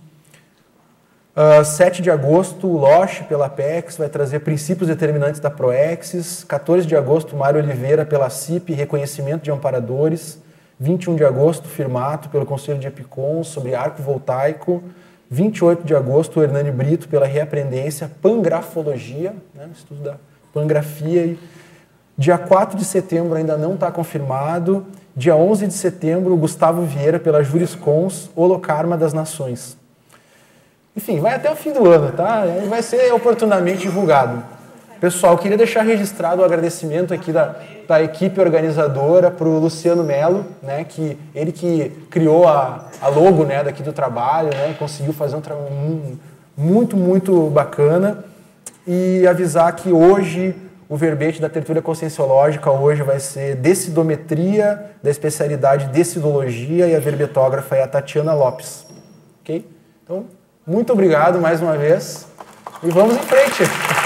7 de agosto, o Loche, pela Apex, vai trazer princípios determinantes da Proexis. 14 de agosto, Mário Oliveira, pela CIP, reconhecimento de amparadores. 21 de agosto, Firmato, pelo Conselho de Epicom, sobre arco voltaico. 28 de agosto, o Hernani Brito, pela Reaprendência, pangrafologia, né, estudo da pangrafia. Dia 4 de setembro, ainda não está confirmado. Dia 11 de setembro, o Gustavo Vieira, pela Juriscons, Holocarma das Nações. Enfim, vai até o fim do ano, tá? Vai ser oportunamente divulgado. Pessoal, queria deixar registrado o agradecimento aqui da equipe organizadora para o Luciano Melo, né, ele que criou a logo, né, daqui do trabalho, né, conseguiu fazer um trabalho muito, muito bacana. E avisar que hoje o verbete da tertúlia conscienciológica hoje vai ser decidometria, da especialidade decidologia, e a verbetógrafa é a Tatiana Lopes. Ok? Então, muito obrigado mais uma vez e vamos em frente.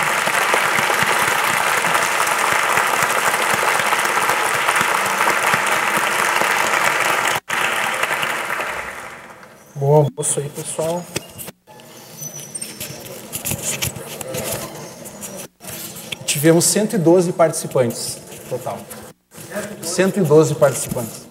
Bom almoço aí, pessoal. Tivemos 112 participantes total. 112 participantes.